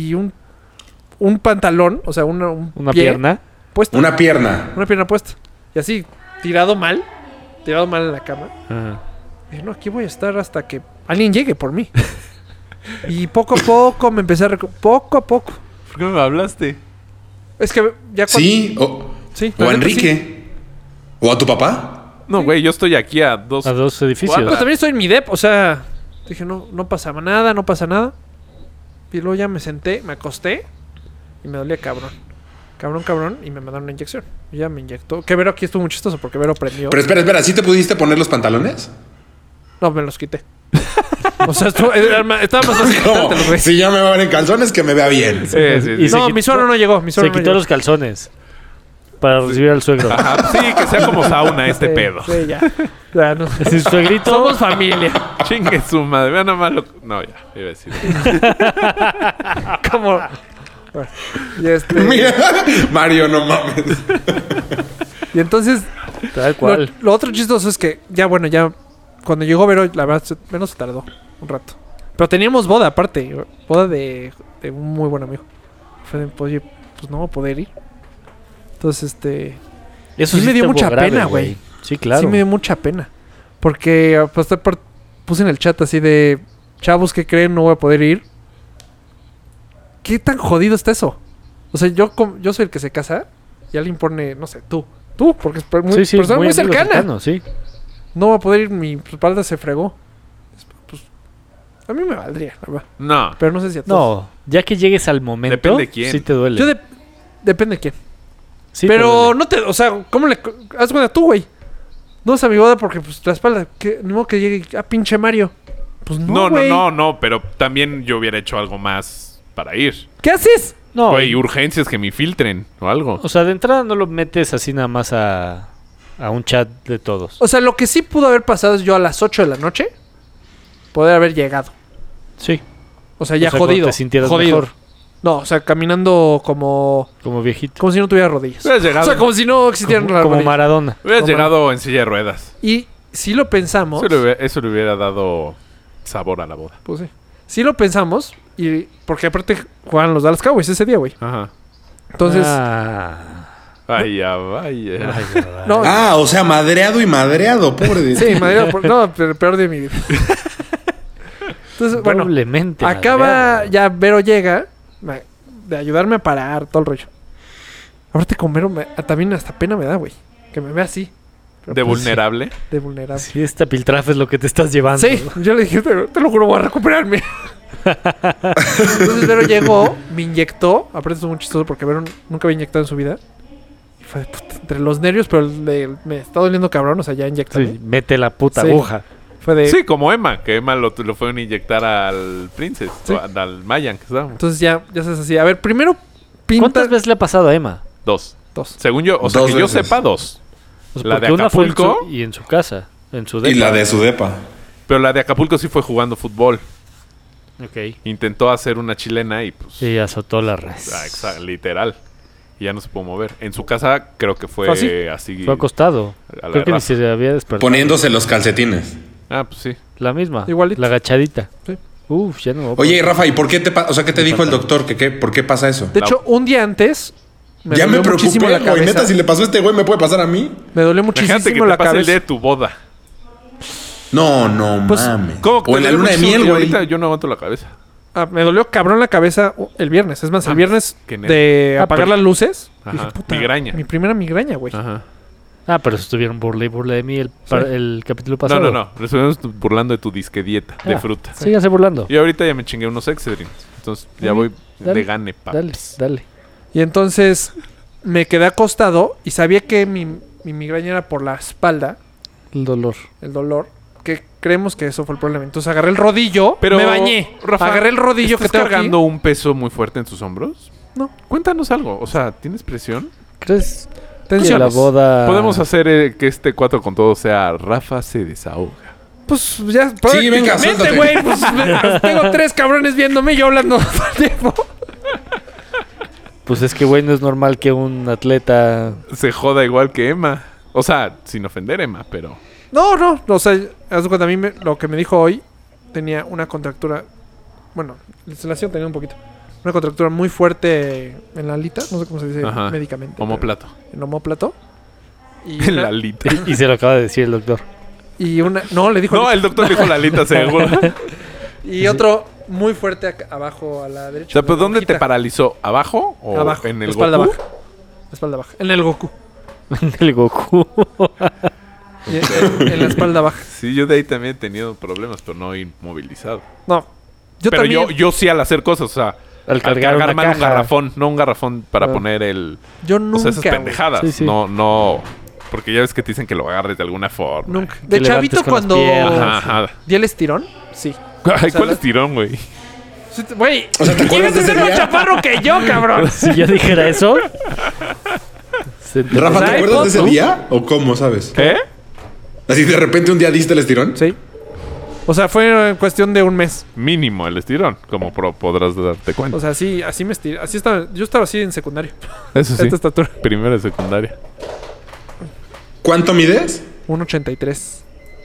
un pantalón, o sea, Una pie pierna. puesto. Una pierna. Una pierna puesta. Y así, tirado mal en la cama. Ajá. Y dije, no, aquí voy a estar hasta que alguien llegue por mí. Y poco a poco me empecé a poco a poco. ¿Por qué me hablaste? Es que ya cuando... Sí, Sí, o la a neta, sí. Enrique. O a tu papá. No, güey, yo estoy aquí a 2... A 2 edificios. Pero también estoy en mi dep, o sea... Dije, no pasaba nada, no pasa nada. Y luego ya me senté, me acosté. Y me dolía cabrón. Cabrón. Y me mandaron una inyección. Y ya me inyectó. Que Vero aquí estuvo muy chistoso porque Vero prendió. Pero espera, ¿sí te pudiste poner los pantalones? No, me los quité. O sea, estaba más fácil ¿Cómo? quitártelos, güey. Si ya me va a ver en calzones, que me vea bien. Sí. Y se No, quitó- mi suegro no llegó. Mi Se suegro no quitó llegó. los calzones para recibir al suegro. Ajá. Sí, que sea como sauna este Sí, pedo. Sí, ya. Ya, no. Así, suegrito. Somos familia. Chingue su madre. Vean nada más lo... No, ya. Iba a decir. Como... Bueno, y Mira, Mario, no mames. Y entonces... Tal cual. Lo otro chistoso es que ya, bueno, ya... Cuando llegó Vero, la verdad, menos se tardó un rato. Pero teníamos boda aparte. Boda de un muy buen amigo. Fue de, oye, pues no voy a poder ir. Entonces, Eso sí me dio estuvo mucha grave, pena, güey. Sí, claro. Sí me dio mucha pena. Porque pues, puse en el chat así de... Chavos, ¿qué creen? No voy a poder ir. ¿Qué tan jodido está eso? O sea, yo soy el que se casa y alguien pone, no sé, tú, porque es muy, Sí, persona muy amigo cercana. cercano, sí. No va a poder ir, mi espalda se fregó. Pues, a mí me valdría, la verdad. No. Pero no sé si a todos. No, ya que llegues al momento, Depende de quién. sí te duele. Yo depende de quién. Sí te Pero duele. no te, o sea, ¿cómo le haz cuenta tú, güey? No vas a mi boda porque pues la espalda, ni modo que llegue pinche Mario. Pues no, güey. No, pero también yo hubiera hecho algo más para ir. ¿Qué haces? No, Güey, urgencias que me filtren o algo. o sea, de entrada no lo metes así nada más a un chat de todos. O sea, lo que sí pudo haber pasado es yo a las 8 de la noche poder haber llegado. Sí. O sea, ya O sea, cuando jodido. te sintieras jodido. mejor. No, o sea, caminando como Como viejito. si no tuviera rodillas. Hubieras llegado, O sea, como si no existieran las Como rodillas. Maradona. hubieras como- llegado en silla de ruedas. Y si lo pensamos, Eso le hubiera dado sabor a la boda. pues sí. Si lo pensamos, y porque aparte juegan los Dallas Cowboys ese día, güey. Ajá. Entonces, Vaya. no, Ah, o sea, madreado y madreado, pobre de sí, madera, no, pero peor de mi vida. Entonces, bueno, Doblemente. acaba, madreado. ya Vero llega de ayudarme a parar todo el rollo. Aparte con Vero también hasta pena me da, güey. Que me vea así. Pero, De pues, vulnerable. De vulnerable. Sí, esta piltrafa es lo que te estás llevando. Sí, yo le dije, te lo juro, voy a recuperarme. Entonces Vero llegó, me inyectó. Aparte, es muy chistoso porque Vero nunca había inyectado en su vida. Y fue de puta, entre los nervios, pero me está doliendo cabrón, o sea, ya inyectando. Sí, mete la puta Sí. aguja. Fue de. Sí, como Emma, que Emma lo fueron a inyectar al Princess, Sí. o al Mayan, que estábamos. Entonces ya sabes así. A ver, primero pinta. ¿Cuántas veces le ha pasado a Emma? 2. Dos. Según yo, o sea, Dos que yo veces. sepa 2. O sea, La porque de una fue Acapulco. en su casa, en su Y depa. la de su depa. Pero la de Acapulco sí fue jugando fútbol. Ok. Intentó hacer una chilena y pues... Sí, azotó la res. literal. Y ya no se pudo mover. En su casa creo que fue ¿Fue así. Fue acostado. a la Creo que ni Rafa. se había despertado. Poniéndose los calcetines. Ah, pues sí. La misma. Igualito. La agachadita. Sí. Uf, ya no. Oye, y Rafa, ¿y por qué o sea, qué te dijo el doctor? ¿Por qué pasa eso? De hecho, un día antes. Ya me dolió muchísimo preocupé, la güey. cabeza. Neta, si le pasó a este güey, ¿me puede pasar a mí? Me dolió Imagínate que muchísimo te la pase el día cabeza. de tu boda. No Pues, mames. ¿Cómo que O te en la duele luna de muchísimo? miel, Y güey. ahorita yo no aguanto la cabeza. Me dolió cabrón la cabeza el viernes. Es más, el viernes qué nervio. de apagar pero- las luces. Ajá, Dije, puta, migraña. Mi primera migraña, güey. Ajá. Ah, pero estuvieron burla y burla de mí el capítulo No, pasado. no. Nos estuvimos burlando de tu disque dieta de Ah, fruta. Síganse burlando. Y ahorita ya me chingué unos Excedrin. Entonces ya voy Dale, de gane, papas. Dale. Y entonces me quedé acostado y sabía que mi migraña era por la espalda, El dolor. el dolor. Que creemos que eso fue el problema. Entonces agarré el rodillo, Pero, me bañé. Rafa, agarré el rodillo que ¿estás tengo cargando aquí. un peso muy fuerte en tus hombros? No. Cuéntanos algo. O sea, ¿tienes presión? ¿Crees que Tensiones. la boda... Podemos hacer que este 4 con todo sea Rafa se desahoga. Pues ya Sí, venga, prácticamente, suéltate. güey. Pues tengo 3 cabrones viéndome y yo hablando todo el tiempo. Pues es que, güey, no es normal que un atleta... Se joda igual que Emma. O sea, sin ofender a Emma, pero... No. O sea, haz de cuenta, a mí lo que me dijo hoy tenía una contractura. Bueno, la instalación tenía un poquito. Una contractura muy fuerte en la alita. No sé cómo se dice Ajá. médicamente. Homóplato. pero En homóplato. Y En una, la alita. Y se lo acaba de decir el doctor. y una. No, le dijo. No, el doctor dijo la alita seguro. Y otro muy fuerte abajo a la O derecha. sea, ¿pero de la dónde te hojita. paralizó? ¿Abajo o Abajo. en el espalda Goku? baja. Espalda baja. En el Goku. El Goku. Y en la espalda baja. Sí, yo de ahí también he tenido problemas, pero no inmovilizado. No. Yo pero también. yo sí al hacer cosas, o sea, Al cargar una mal un caja. garrafón, no un garrafón para Ah. poner el... Yo O nunca. sea, esas güey. pendejadas. Sí, sí. No... Porque ya ves que te dicen que lo agarres de alguna forma. Nunca. Que De levantes chavito con las cuando. piernas. Ajá. ¿Di el estirón? Sí. Ay, sea, ¿cuál la- es tirón, güey? Sí, güey. O sea, ¿te acuerdas de ese ser más día? chaparro que yo, cabrón. Si yo dijera eso... Rafa, ¿te Ay, acuerdas de ese fotos. día? ¿O cómo, sabes? ¿Qué? Así de repente un día diste el estirón. Sí. O sea, fue en cuestión de un mes. Mínimo el estirón, como podrás darte cuenta. O sea, sí, así me estiré. Así estaba. Yo estaba así en secundario. Eso sí. Esta estatura. Primero de secundaria. ¿Cuánto mides? 1.83.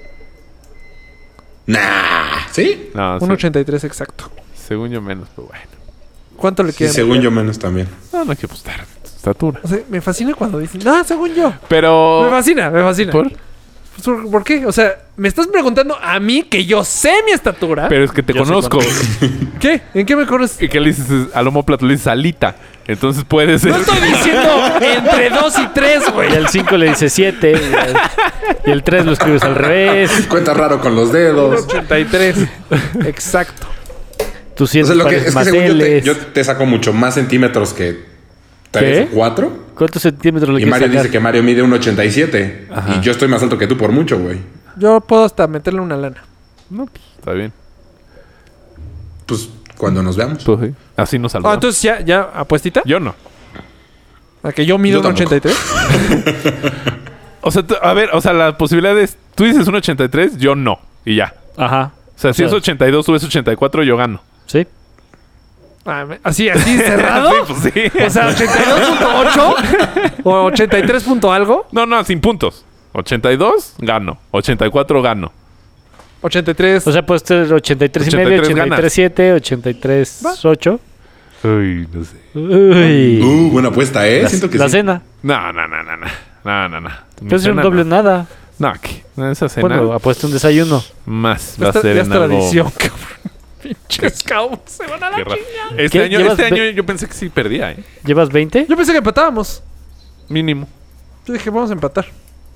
Nah. ¿Sí? No, sí, 1.83 exacto. según yo menos, pero bueno. ¿Cuánto le Sí, queda? según yo menos también. No hay que apostar estatura. O sea, me fascina cuando dicen, no, según yo. Pero... Me fascina, me fascina. ¿Por? Pues, ¿por qué? O sea, me estás preguntando a mí que yo sé mi estatura. Pero es que te Yo sé conozco. ¿Qué? ¿En qué me conoces? ¿Y qué le dices al homóplato? Le dices alita. Entonces puede ser... No estoy diciendo entre 2 y 3, Y güey. al 5 le dice 7. Y el 3 lo escribes al revés. Cuenta raro con los dedos. 1.83. Exacto. Tú O sientes sea, lo que pares es que según maceles. yo te saco mucho más centímetros que 3 ¿Qué? o 4. ¿Cuántos centímetros le Y quieres Mario sacar? dice que Mario mide 1.87. Y yo estoy más alto que tú por mucho, güey. Yo puedo hasta meterle una lana. No, pues, está bien. Pues cuando nos veamos. Pues sí. Así nos Ah, salvamos. entonces ya apuestita. Yo no. A que yo mido Yo tampoco. 1.83. O sea, a ver, o sea, la posibilidad es... Tú dices 1.83, yo no. Y ya. Ajá. O sea, si O es sea- 82, tú ves 84, yo gano. ¿Sí? Ah, así cerrado. Sí, pues sí. O sea, 82.8 o 83 punto algo. No, sin puntos. 82, gano. 84, gano. 83. O sea, puede ser 83 y medio, 83 ganas. 83 7, 83 8. Uy, no sé. Uy. Buena apuesta, ¿eh? Siento que La sí. cena. No. Mi Puede ser un cena doble no. nada. No, ¿qué? Esa cena Bueno, apuesta un desayuno. más va a ya ser es en algo... tradición, cabrón. Pinches Cowboys se van a la Qué raro. chingada. Este ¿Qué? año, ¿Llevas yo pensé que sí perdía, ¿eh? ¿Llevas 20? Yo pensé que empatábamos. Mínimo. Yo dije, vamos a empatar.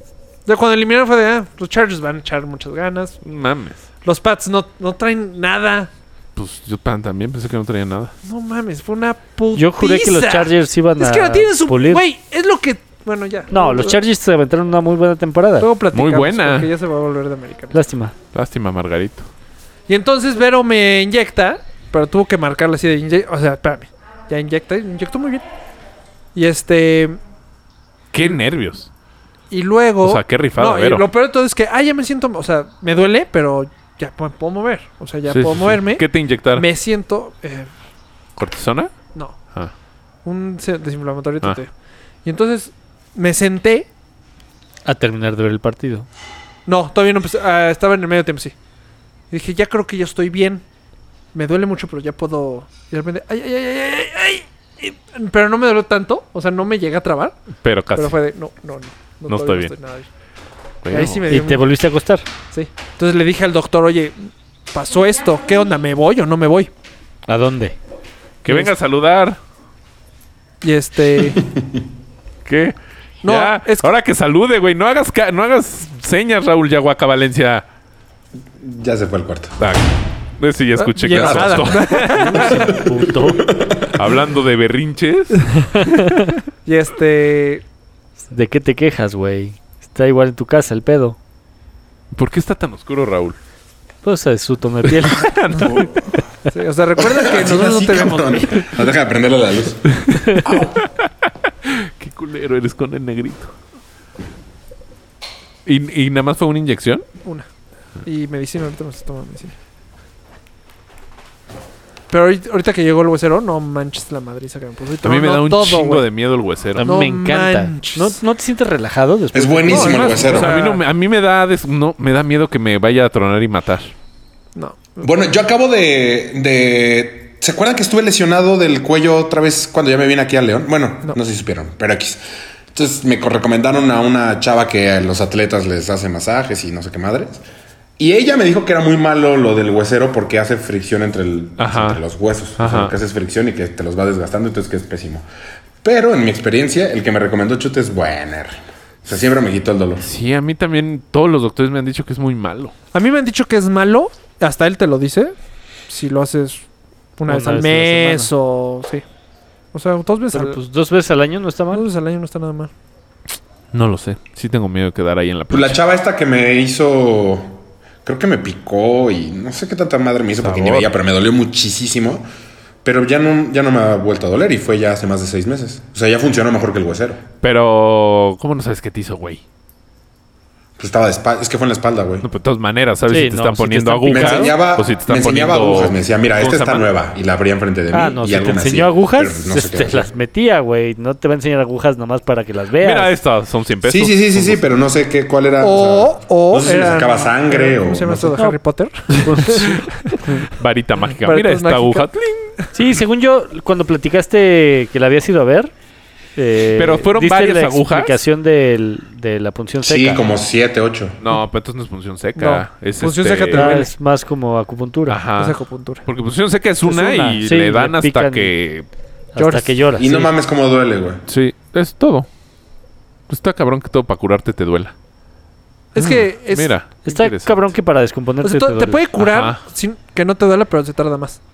Ya cuando eliminaron fue de, los Chargers van a echar muchas ganas. Mames. Los Pats no traen nada. Pues yo también pensé que no traía nada. No mames, fue una putiza. Yo juré que los Chargers iban a Es que no tienen su... pulir. Güey, es lo que... Bueno, ya. No, los Chargers se aventaron una muy buena temporada. Luego platicamos Muy buena. porque ya se va a volver de americano. Lástima. Lástima, Margarito. Y entonces Vero me inyecta, pero tuvo que marcarla así de... O sea, espérame. Ya inyectó muy bien. Y Qué nervios. Y luego... O sea, qué rifada, no, y Vero. lo peor de todo es que... ya me siento... O sea, me duele, pero ya puedo mover. O sea, ya Sí, puedo sí, sí. moverme. ¿Qué te inyectaron? Me siento... ¿Cortisona? no. Ah. Un desinflamatorio. Ah. Y entonces me senté... A terminar de ver el partido. No, todavía no empecé. Estaba en el medio tiempo, sí. Y dije, ya creo que yo estoy bien. Me duele mucho, pero ya puedo... Y de repente... ¡Ay! Pero no me dolió tanto. O sea, no me llegué a trabar. Pero casi. Pero fue de... No No todavía estoy bien. nada bien. Bueno, Y ahí sí me ¿Y dio... te volviste a acostar? Sí. Entonces le dije al doctor, oye, pasó esto. ¿Qué onda? ¿Me voy o no me voy? ¿A dónde? Que venga a saludar. Y ¿Qué? No, Ya, es que- ahora que salude, güey. No hagas señas, Raúl Yaguaca Valencia. Ya se fue al cuarto. Ah, sí, ya escuché Y que enojada. asustó. Puto. Hablando de berrinches. Y ¿De qué te quejas, güey? Está igual en tu casa el pedo. ¿Por qué está tan oscuro, Raúl? Pues es su tono de piel. sí, o sea, recuerda que nosotros no Así, tenemos... cabrón. No deja de prenderle la luz. Qué culero eres con el negrito. ¿Y nada más fue una inyección? Una. Y medicina, ahorita me estoy tomando medicina. Pero ahorita que llegó el huesero, no manches la madriza que me puso. A mí me da un todo, chingo güey. de miedo el A huesero. mí No me encanta. manches. ¿No te sientes relajado después? Es buenísimo No, el además, huesero. o sea, A mí me da me da miedo que me vaya a tronar y matar. No. Bueno, yo acabo de... ¿Se acuerdan que estuve lesionado del cuello otra vez cuando ya me vine aquí a León? Bueno, no sé si supieron, pero X. Entonces me recomendaron a una chava que a los atletas les hace masajes y no sé qué madres. Y ella me dijo que era muy malo lo del huesero porque hace fricción entre los huesos. O sea, Ajá. que haces fricción y que te los va desgastando, entonces que es pésimo. Pero en mi experiencia, el que me recomendó Chute es Buener. O sea, siempre me quitó el dolor. Sí, a mí también todos los doctores me han dicho que es muy malo. A mí me han dicho que es malo, hasta él te lo dice, si lo haces una vez al vez a la mes semana. o... Sí. O sea, 2 veces Pero al... pues 2 veces al año no está 2 mal. veces al año no está nada mal. No lo sé. Sí tengo miedo de quedar ahí en la Pues la plancha. chava esta que me hizo... Creo que me picó y no sé qué tanta madre me hizo porque ni Sabor. veía, pero me dolió muchísimo. Pero ya no me ha vuelto a doler y fue ya hace más de 6 meses. O sea, ya funcionó mejor que el huesero. Pero, ¿cómo no sabes qué te hizo, güey? Pues estaba de espalda. Es que fue en la espalda, güey. No, pero de todas maneras, ¿sabes Sí, si te no, están si te poniendo están agujas? Me enseñaba, o si te están me enseñaba poniendo... agujas. Me decía, mira, esta ¿cómo se está llama? nueva. Y la abría enfrente de mí. Ah, no, y si te algo me enseñó hacía, agujas, pero no sé qué te hacía. las metía, güey. No te va a enseñar agujas nomás para que las veas. Mira, estas son 100 pesos. Sí, pero no sé cuál era. O no sé si me eran- sacaba sangre ¿Cómo o... se llama no esto sé. de Harry Potter? Varita mágica. Varitas Mira esta mágicas. aguja. ¡Tling! Sí, según yo, cuando platicaste que la habías ido a ver... Pero fueron diste varias la agujas. explicación de la punción seca. Sí, como 7, 8. No, pero entonces no es punción seca. No, Es punción seca te Ah, duele. es más como acupuntura. Ajá. Es acupuntura. Porque punción seca es una, una, y sí, le dan le hasta pican. que... Hasta Lloras. que lloras. Y no sí. mames cómo duele, güey. Sí, es todo. Está cabrón que todo para curarte te duela. Es que es... Mira. qué Está interesante. cabrón que para descomponerte O sea, te te duele. puede curar Ajá. sin que no te duela, pero se tarda más.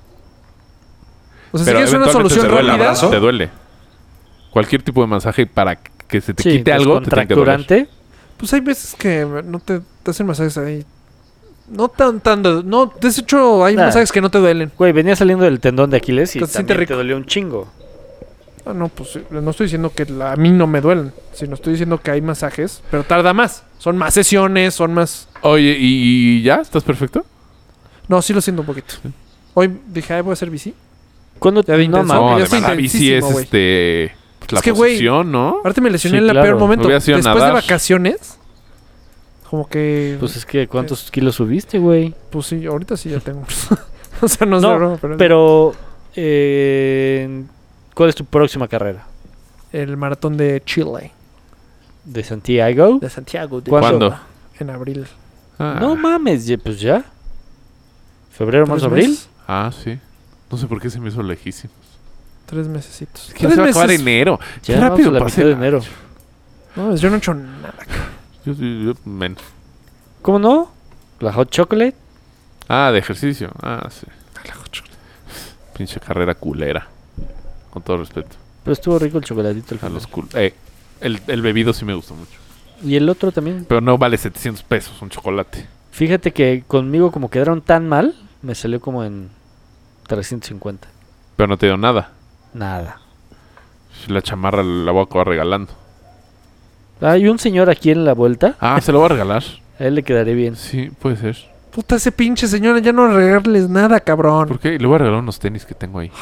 O sea, Pero si quieres una eventualmente solución te duele, rápida... abrazo. Te duele. Cualquier tipo de masaje para que se te Sí, quite algo te tiene que doler. descontracturante. Pues hay veces que no te hacen masajes ahí. No tan... No, de hecho, hay Nah. masajes que no te duelen. Güey, venía saliendo del tendón de Aquiles y Te siente también te rico. dolió un chingo. Ah, no, pues no estoy diciendo que a mí no me duelen, sino estoy diciendo que hay masajes, pero tarda más. Son más sesiones, son más... Oye, ¿y ya? ¿Estás perfecto? No, sí lo siento un poquito. Hoy dije, ay, voy a hacer bici. ¿Cuándo Ya de no intenso. mames? ya No, está además la bici es intensísimo, güey. pues, la Es que, güey, posición, ¿no? Ahorita me lesioné Sí, en el claro. peor momento. Hubiera sido Después de nadar. vacaciones, como que... Pues es que ¿cuántos kilos subiste, güey? Pues sí, ahorita sí ya tengo. O sea, no es No, de broma, pero... Pero ¿cuál es tu próxima carrera? El maratón de Chile, ¿De Santiago? de Santiago. De ¿Cuándo? Chile, en abril. Ah. No mames, pues ya. ¿Febrero, 3 marzo, abril? meses. Ah, sí. No sé por qué se me hizo lejísimo. 3 mesecitos. Es que ya se va a acabar enero. Ya Qué vamos rápido a la pasa mitad de el año. enero. No, yo no he hecho nada. Yo menos. ¿Cómo no? La hot chocolate. Ah, de ejercicio. Ah, sí. Pinche carrera culera. Con todo respeto. Pero estuvo rico el chocolatito al A final. los el bebido sí me gustó mucho. Y el otro también. Pero no vale 700 pesos un chocolate. Fíjate que conmigo como quedaron tan mal, me salió como en 350. Pero no te dio nada. Nada. La chamarra la voy a acabar regalando. Hay un señor aquí en la vuelta. Ah, ¿se lo voy a regalar? A él le quedaría bien. Sí, puede ser. Puta, ese pinche señor, ya no regales nada, cabrón. ¿Por qué? Le voy a regalar unos tenis que tengo ahí.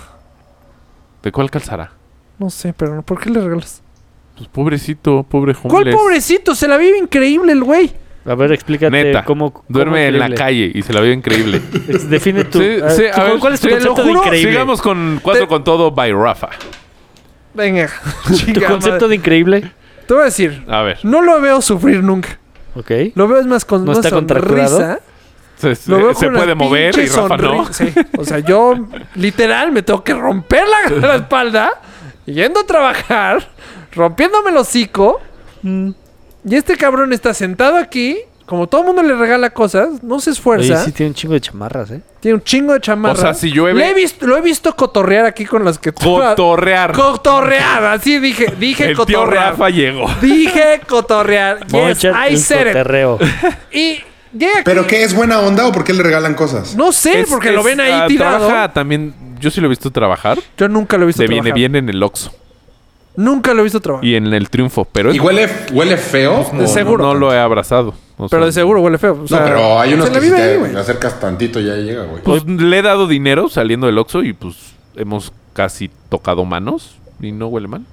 ¿De cuál calzará? No sé, pero ¿por qué le regalas? Pues pobrecito, pobre ¿Cuál homeless. pobrecito? Se la vive increíble el güey. A ver, explícate Neta, cómo duerme en la increíble. calle y se la veo increíble. Define tú. Sí, sí, a ver, ¿Cuál es tu te lo concepto de juro, increíble? Sigamos con 4 con todo by Rafa. Venga. ¿Tu Chinga concepto madre. de increíble? Te voy a decir, A ver. no lo veo sufrir nunca. Ok. Lo veo es más con ¿No una está contracturado? sonrisa. Se Lo veo se con una puede mover y pinche Rafa no. Sí. O sea, yo literal me tengo que romper la espalda yendo a trabajar, rompiéndome el hocico. Y este cabrón está sentado aquí. Como todo el mundo le regala cosas, no se esfuerza. Oye, sí tiene un chingo de chamarras, ¿eh? Tiene un chingo de chamarras. O sea, si llueve- Lo he visto cotorrear aquí con las que... Cotorrear. Cotorrear. Así dije El tío cotorrear. Rafa llegó. Dije cotorrear. Vamos a Yes, echar I el said it. cotorreo. Y llega aquí. ¿Pero qué? ¿Es buena onda o por qué le regalan cosas? No sé, porque lo ven ahí tirado. Trabaja también. Yo sí lo he visto trabajar. Yo nunca lo he visto Se trabajar. viene bien en el Oxxo Nunca lo he visto trabajar. y en el Triunfo. Pero ¿Y huele feo? de ¿O seguro. no lo he abrazado. O sea, Pero de seguro huele feo. O sea, No, pero hay unos se que la si vive ahí, te güey. acercas tantito ya llega, güey. Pues le he dado dinero saliendo del Oxxo y pues hemos casi tocado manos y no huele mal.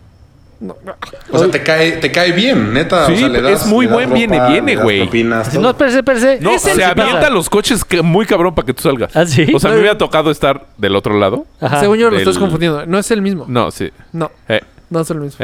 O sea, te cae bien, neta. Sí, o sea, le das, es muy le das buen ropa, viene, le das güey. propinas, Si todo. no, espérese. No, Ese se es el que avienta pasa. los coches muy cabrón para que tú salgas. ¿Ah, sí? O sea, me hubiera tocado estar del otro lado. Ajá. Según yo lo Del- estás confundiendo. No es el mismo. No, sí. No, Eh, no es el mismo.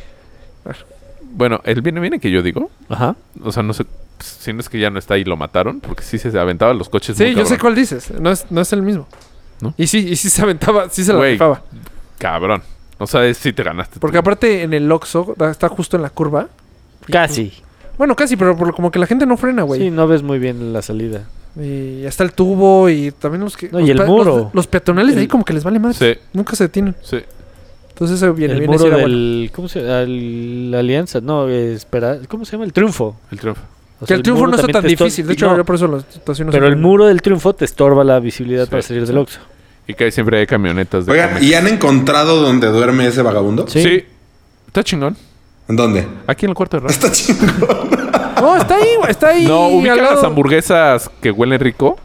Bueno, el viene que yo digo. Ajá. O sea, no sé si no es que ya no está y lo mataron, porque sí se aventaba los coches. Sí, muy yo sé cabrón. cuál dices. No es el mismo. ¿No? Y sí se aventaba, sí se la Güey. rifaba. Cabrón. O sea, sí te ganaste. Porque aparte en el Oxxo está justo en la curva. Casi. Bueno, casi, pero como que la gente no frena, güey. Sí, no ves muy bien la salida. Y está el tubo y también los que... No, los y el pe- muro. Los peatonales de ahí como que les vale más. Sí, Nunca se detienen. sí. Entonces eso viene El bien. muro ese era del... ¿Cómo se llama? La Alianza. No, espera. ¿Cómo se llama? El Triunfo. El Triunfo. O Que sea, el triunfo muro no está también tan te estor- difícil. De hecho, No, yo por eso lo estaciono pero el siempre. muro del Triunfo te estorba la visibilidad Sí, para salir sí. del Oxxo. Y que ahí siempre hay camionetas de Oigan, Comex. ¿y han encontrado donde duerme ese vagabundo? Sí. Sí. Está chingón. ¿En dónde? Aquí en el cuarto de Rafa. Está chingón. No, está ahí, güey. Está ahí. No, ubican al lado. las hamburguesas que huelen rico.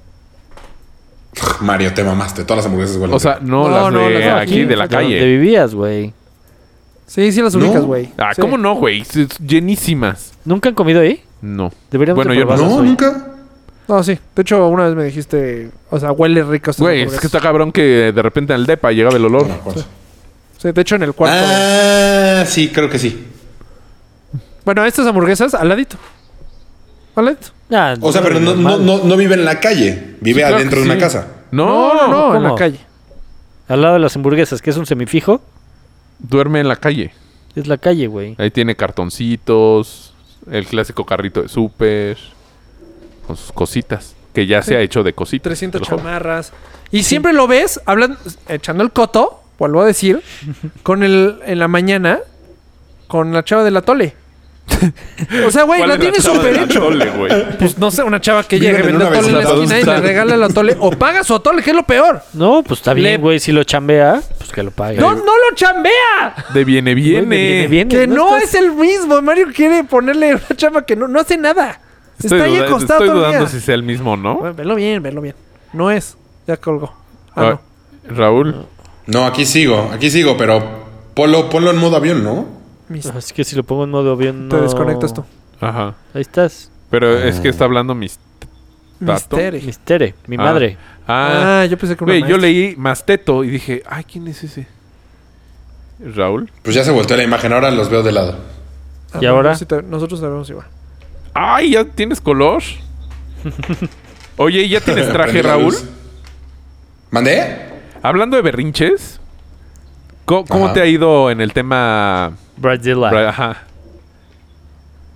Mario, te mamaste. Todas las hamburguesas huelen. O sea, no, No, las no, de las de aquí, aquí, de la De donde calle. vivías, güey. Sí, sí las No. ubicas, güey. Ah, Sí. ¿cómo no, güey? Llenísimas. ¿Nunca han comido ahí? No. Deberíamos Bueno, de yo no. probarlas no, hoy. nunca. No, sí. De hecho, una vez me dijiste... O sea, huele rico. estas Güey, es hamburguesas. que está cabrón que de repente en el depa llegaba el olor. No me acuerdo. Sí, de hecho, en el cuarto... Ah, sí, creo que sí. Bueno, estas hamburguesas al ladito. Al ladito. Ah, O sea, pero no vive en la calle. Vive claro adentro que de una sí. casa. No, en la ¿cómo? calle. Al lado de las hamburguesas, que es un semifijo, Duerme en la calle. es la calle, güey. Ahí tiene cartoncitos, el clásico carrito de súper, con sus cositas, que ya se ha hecho de cositas. 300 te lo juro. chamarras. Y siempre lo ves hablando, echando el coto, vuelvo a decir, en la mañana, con la chava del atole. O sea, güey, ¿Cuál la es tiene chava súper del hecho. atole, güey? Pues no sé, una chava que Viven llegue, en vende una atole en la vecindad. esquina y le regala el atole. O paga su atole, que es lo peor. No, pues está Le- bien, güey. Si lo chambea, pues que lo pague. No lo chambea. De viene, Viene. Que no estás- es el mismo. Mario quiere ponerle una chava que no hace nada. Está ahí acostado estoy todo el dudando día. si sea el mismo o no. Bueno, verlo bien. No es. Ya colgó. Ah, Raúl, No, aquí sigo, pero ponlo en modo avión, ¿no? Mis- Es que si lo pongo en modo avión, Te no. desconectas tú. ajá. Ahí estás. Pero es que está hablando mis tato. Misterio. Mistere, mi madre. Ah, Yo pensé que una güey, yo maestra. leí Masteto y dije, ay, ¿quién es ese? Raúl. Pues ya se volteó la imagen, ahora los veo de lado. Ah, ¿Y no, ahora? nosotros sabemos igual. Ay, ya tienes color. Oye, ¿ya tienes traje, Prendí la Raúl? luz. ¿Mandé? Hablando de berrinches, ¿cómo Ajá. te ha ido en el tema? Brazil. Ajá.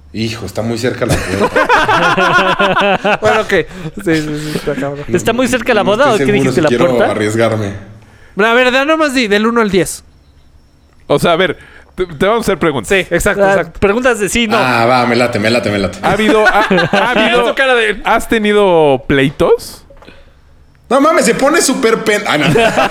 Hijo, está muy cerca la puerta. Bueno, ok. Sí, está cabrón. ¿Está muy cerca la No boda o estoy qué seguro dijiste, si la quiero puerta? arriesgarme. A ver, da nomás del 1 al 10. O sea, a ver, te vamos a hacer preguntas. Sí, exacto, Ah, exacto. preguntas de sí, no. Ah, va, me late. ¿Ha habido... Su cara de... ¿Has tenido pleitos? No mames, se pone súper no.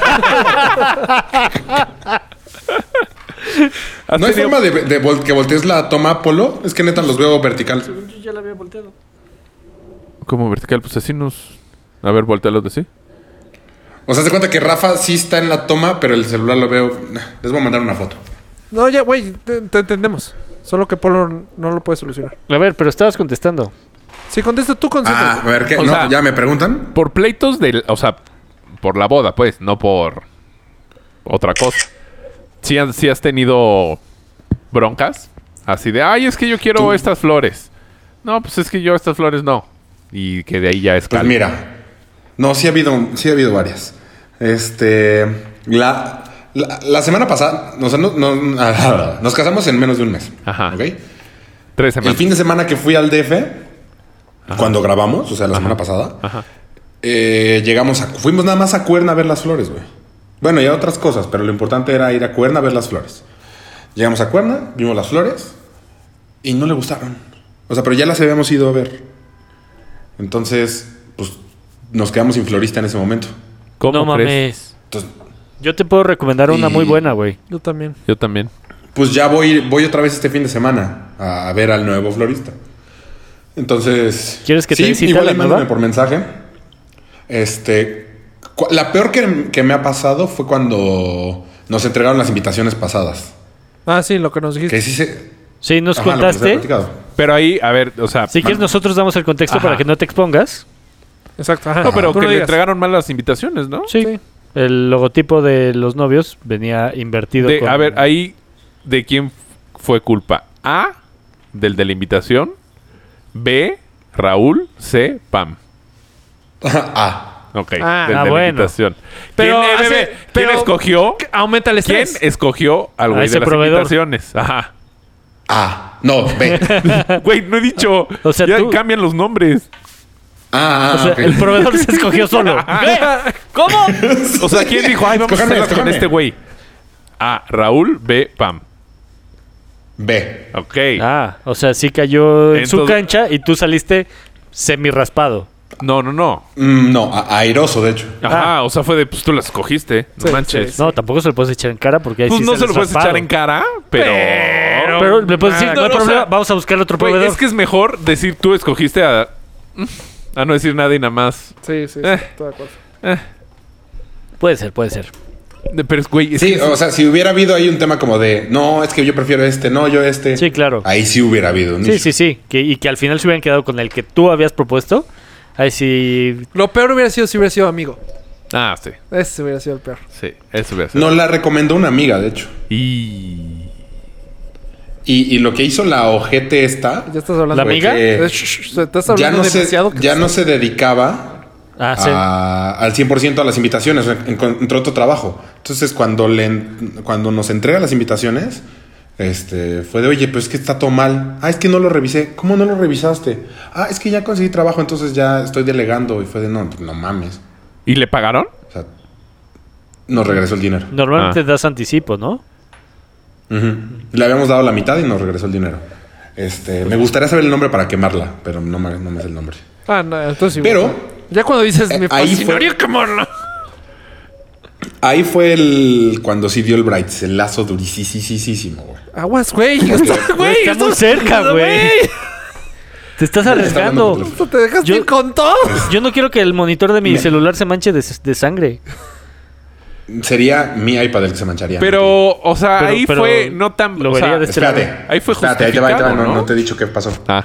¿Has ¿No hay tenido- forma de que voltees la toma Apolo? Es que neta los veo vertical. Yo ya la había volteado. ¿Cómo vertical? Pues así nos... A ver, voltealo de sí. O sea, se cuenta que Rafa sí está en la toma, pero el celular lo veo. Les voy a mandar una foto. No, ya, güey, te entendemos. Solo que Polo no lo puede solucionar. A ver, pero estabas contestando. Sí, contesta tú, Ah, a concentra. ver, ¿qué? O No, sea- ya me preguntan. Por pleitos del... O sea, por la boda, pues. No por... Otra cosa. ¿Sí has tenido broncas? Así de... Ay, es que yo quiero Tú- estas flores. No, pues es que yo estas flores no. Y que de ahí ya es Pues calma. mira. No, sí ha habido varias. La semana pasada, nos casamos en menos de un mes. Ajá. ¿Ok? 3 El semanas. fin de semana que fui al DF, cuando grabamos, o sea, la semana pasada, Ajá. fuimos nada más a Cuerna a ver las flores, güey. Bueno, y a otras cosas, pero lo importante era ir a Cuerna a ver las flores. Llegamos a Cuerna, vimos las flores y no le gustaron. O sea, pero ya las habíamos ido a ver. Entonces, pues, nos quedamos sin florista en ese momento. ¿Cómo No crees? mames. Entonces, Yo te puedo recomendar una Y- muy buena, güey. Yo también. Yo también. pues ya voy otra vez este fin de semana a ver al nuevo florista. Entonces... ¿Quieres que te sí, dé cita igual la ahí mándame nueva? por mensaje. La peor que me ha pasado fue cuando nos entregaron las invitaciones pasadas. Ah, sí, lo que nos dijiste. Que sí se... Sí, nos Ajá, lo que les he contaste. platicado. Pero ahí, a ver, o sea... Si quieres, nosotros damos el contexto Ajá. para que no te expongas. Exacto, ajá. No, pero Tú que no le digas. entregaron mal las invitaciones, ¿no? Sí. Sí. El logotipo de los novios venía invertido. con- A ver, ahí, ¿de quién fue culpa? A, del de la invitación. B, Raúl. C, Pam. Ok, Ah, del de la bueno. invitación. Pero ¿Quién, hace- ¿quién pero- escogió? Aumenta el ¿Quién estrés. escogió al A güey ese de las proveedor. invitaciones? Ajá. No, B. Güey, no he dicho. O sea, ya tú- cambian los nombres. O sea, Ok. el proveedor se escogió solo. ¿Qué? ¿Cómo? O sea, ¿quién dijo? Ay, vamos a Escójanme, hacerlas con escójanme. este güey. A, Raúl. B, Pam. B. Ok. Ah, o sea, sí cayó en su Entonces- cancha y tú saliste semi raspado. No. No, airoso, de hecho. Ajá, o sea, fue de, pues tú las escogiste. No Sí, manches. sí, No, tampoco se lo puedes echar en cara porque ahí Pues sí no se sales lo puedes raspado. echar en cara, pero... Pero le puedes decir, no hay o sea, problema, vamos a buscar otro güey, proveedor. es que es mejor decir tú escogiste a no decir nada y nada más. Sí, sí, Eh. estoy de acuerdo. Puede ser, puede ser. Pero es, güey, es Sí, que- o sea, si hubiera habido ahí un tema como de, no, es que yo prefiero no, yo este. Sí, claro. Ahí sí hubiera habido un Sí, issue. sí, sí. Y que al final se hubieran quedado con el que tú habías propuesto. Ahí sí. Lo peor hubiera sido si hubiera sido amigo. Ah, sí. Ese hubiera sido el peor. Sí, eso voy a hacer. Nos la recomendó una amiga, de hecho. Y lo que hizo la ojete esta, Ya estás hablando. ¿La de- amiga? que Te estás hablando demasiado. ya no se dedicaba Sí. al 100% a las invitaciones, o sea, encontró otro trabajo. Entonces, cuando nos entrega las invitaciones, fue de, oye, pues es que está todo mal. Ah, es que no lo revisé. ¿Cómo no lo revisaste? Ah, es que ya conseguí trabajo, entonces ya estoy delegando. Y fue de, no, pues, no mames. ¿Y le pagaron? O sea, nos regresó el dinero. Normalmente das anticipo, ¿no? Ujú. Le habíamos dado la mitad y nos regresó el dinero. Me gustaría saber el nombre para quemarla, pero no me sé el nombre. Ah, no, entonces sí. Pero ya cuando dices, me ahí fascinaría quemarla. ahí fue cuando sí dio el Brightzelazo durísimo, güey. Aguas, güey. Está muy cerca, güey. Te estás arriesgando. hablando por Te dejas Yo- ir con todo. Yo no quiero que el monitor de mi celular se manche de sangre. Sería mi iPad el que se mancharía. Pero, o sea, Pero- ahí pero fue no tan... lo o sea, vería de este Espérate. lado. Ahí fue Espérate, ahí te va, justificado, ¿no? no te he dicho qué pasó. Ah.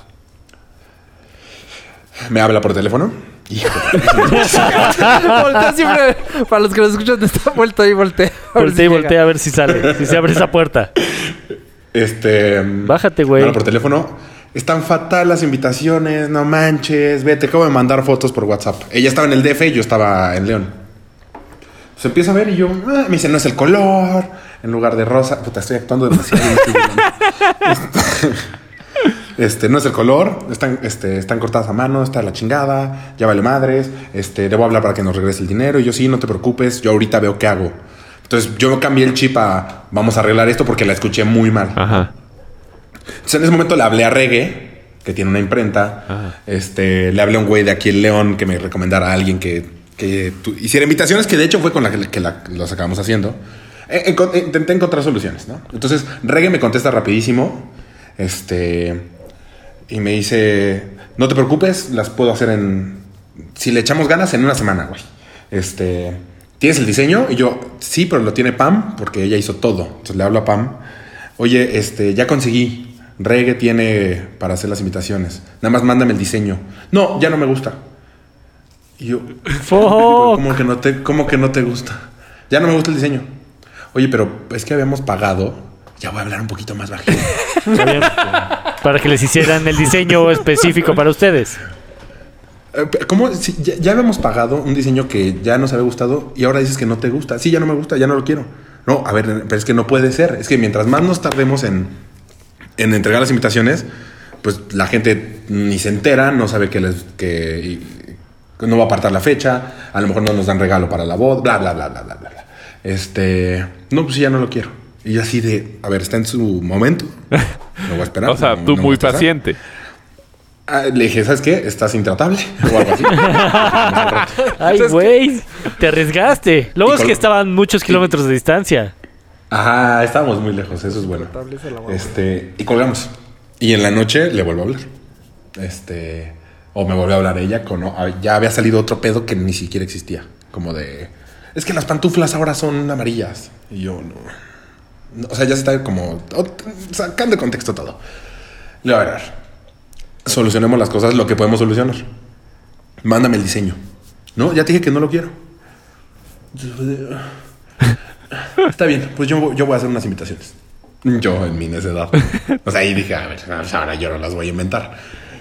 Me habla por teléfono. Hijo. Voltea siempre. Para los que nos escuchan, está vuelto ahí, voltea. A ver Voltea si y llega. voltea a ver si sale, si se abre esa puerta. Bájate, güey. Me habla por teléfono. Están fatal las invitaciones, no manches. Vete, acabo de mandar fotos por WhatsApp. Ella estaba en el DF y yo estaba en León. Se empieza a ver y yo, me dice, no es el color. En lugar de rosa. Puta, estoy actuando demasiado. No es el color, están cortadas a mano, está la chingada, ya vale madres, debo hablar para que nos regrese el dinero. Y yo, sí, no te preocupes, yo ahorita veo qué hago. Entonces yo cambié el chip a vamos a arreglar esto porque la escuché muy mal. Ajá. Entonces en ese momento le hablé a Reggae, que tiene una imprenta. Ajá. Le hablé a un güey de aquí en León que me recomendara a alguien que hiciera invitaciones, que de hecho fue con la que los acabamos haciendo. Intenté encontrar soluciones, ¿no? Entonces Reggae me contesta rapidísimo. Y me dice, no te preocupes, las puedo hacer si le echamos ganas, en una semana, güey. ¿Tienes el diseño? Y yo, sí, pero lo tiene Pam, porque ella hizo todo. Entonces le hablo a Pam. Oye, ya conseguí. Reggae tiene para hacer las invitaciones. Nada más mándame el diseño. No, ya no me gusta. Y yo, ¿cómo que no te gusta? Ya no me gusta el diseño. Oye, pero es que habíamos pagado. Ya voy a hablar un poquito más bajito. Para que les hicieran el diseño específico para ustedes. ¿Cómo? Si ya habíamos pagado un diseño que ya nos había gustado y ahora dices que no te gusta. Sí, ya no me gusta, ya no lo quiero. No, a ver, pero es que no puede ser. Es que mientras más nos tardemos en entregar las invitaciones, pues la gente ni se entera, no sabe que no va a apartar la fecha, a lo mejor no nos dan regalo para la boda, bla, bla, bla, bla, bla, bla. No, pues sí, ya no lo quiero. Y yo así de, a ver, está en su momento. Lo voy a esperar. O sea, tú muy paciente. Le dije, ¿sabes qué? Estás intratable o algo así. Ay, güey, te arriesgaste. Luego es que estaban muchos kilómetros de distancia. Ajá, estábamos muy lejos, eso es bueno. Y colgamos. Y en la noche le vuelvo a hablar. O me volvió a hablar ella. Ya había salido otro pedo que ni siquiera existía. Como de, es que las pantuflas ahora son amarillas. Y yo, no. O sea, ya se está como sacando de contexto todo. Le voy a ver. Solucionemos las cosas lo que podemos solucionar. Mándame el diseño. No, ya te dije que no lo quiero. Está bien, pues yo voy a hacer unas invitaciones. Yo en mi necedad. O sea, ahí dije, a ver, ahora yo no las voy a inventar.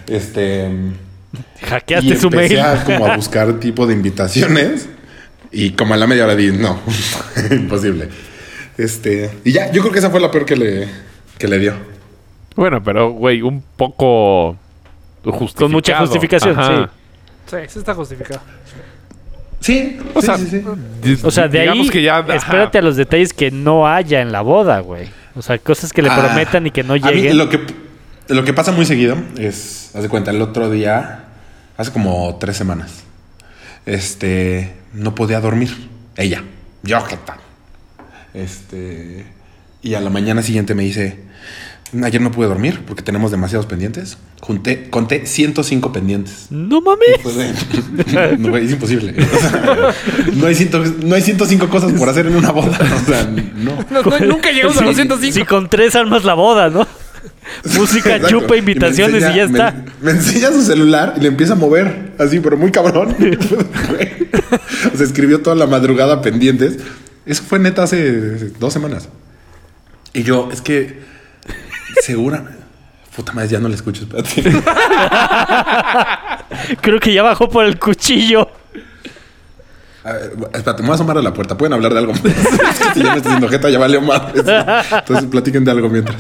Hackeaste su mail. Empecé como a buscar tipo de invitaciones. Y como a la media hora dije, no, imposible. Y ya, yo creo que esa fue la peor que le dio. Bueno, pero, güey, un poco justificado. Con mucha justificación, Ajá. Sí, sí está justificado. Sí, O sea, sí. O sea, de digamos ahí, que ya, espérate a los detalles que no haya en la boda, güey. O sea, cosas que le prometan y que no A mí lleguen. lo que pasa muy seguido es, haz de cuenta, el otro día, hace como 3 semanas, no podía dormir. Ella, yo, ¿qué tal? Y a la mañana siguiente me dice, ayer no pude dormir porque tenemos demasiados pendientes. Conté 105 pendientes. ¡No mames! No, güey, es imposible. O sea, no hay 105 cosas por hacer en una boda. O sea, no. Nunca llegamos a los 105. Si con 3 armas la boda, ¿no? Música, Exacto. chupa, invitaciones y ya está. Me enseña su celular y le empieza a mover así, pero muy cabrón. O sea, escribió toda la madrugada pendientes. Eso fue neta hace 2 semanas. Y yo, es que segura. Puta madre, ya no le escucho. Espérate. Creo que ya bajó por el cuchillo. A ver, espérate, me voy a asomar a la puerta. ¿Pueden hablar de algo más? Es que si ya me estoy haciendo jeta, ya valió más. Entonces platiquen de algo mientras.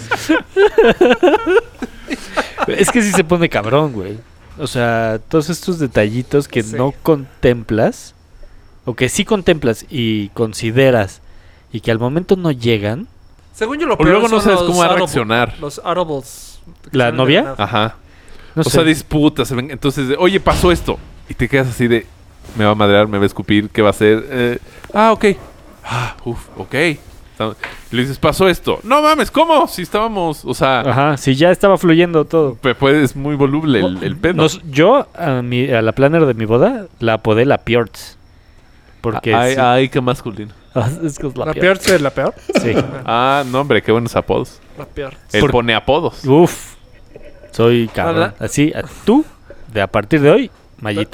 Es que sí se pone cabrón, güey. O sea, todos estos detallitos que no contemplas, o que sí contemplas y consideras, y que al momento no llegan. Según yo, lo O peor luego no son sabes los cómo va a audible- reaccionar. Los audibles. ¿La novia? Ajá. No O sé. sea, disputas. Entonces, oye, pasó esto. Y te quedas así de, me va a madrear, me va a escupir, ¿qué va a hacer? Ok. Ok. Y le dices, pasó esto. No mames, ¿cómo? Si estábamos, o sea, Ajá, sí, ya estaba fluyendo todo. es muy voluble el pedo. Yo a la planner de mi boda la apodé la Piorts. Porque Ay, qué masculino. es que es ¿La peor es la peor? Sí. Ah, no, hombre, qué buenos apodos. La peor. Él pone apodos. Uf. Soy cabrón. ¿Verdad? Así, tú, a partir de hoy, Mayito.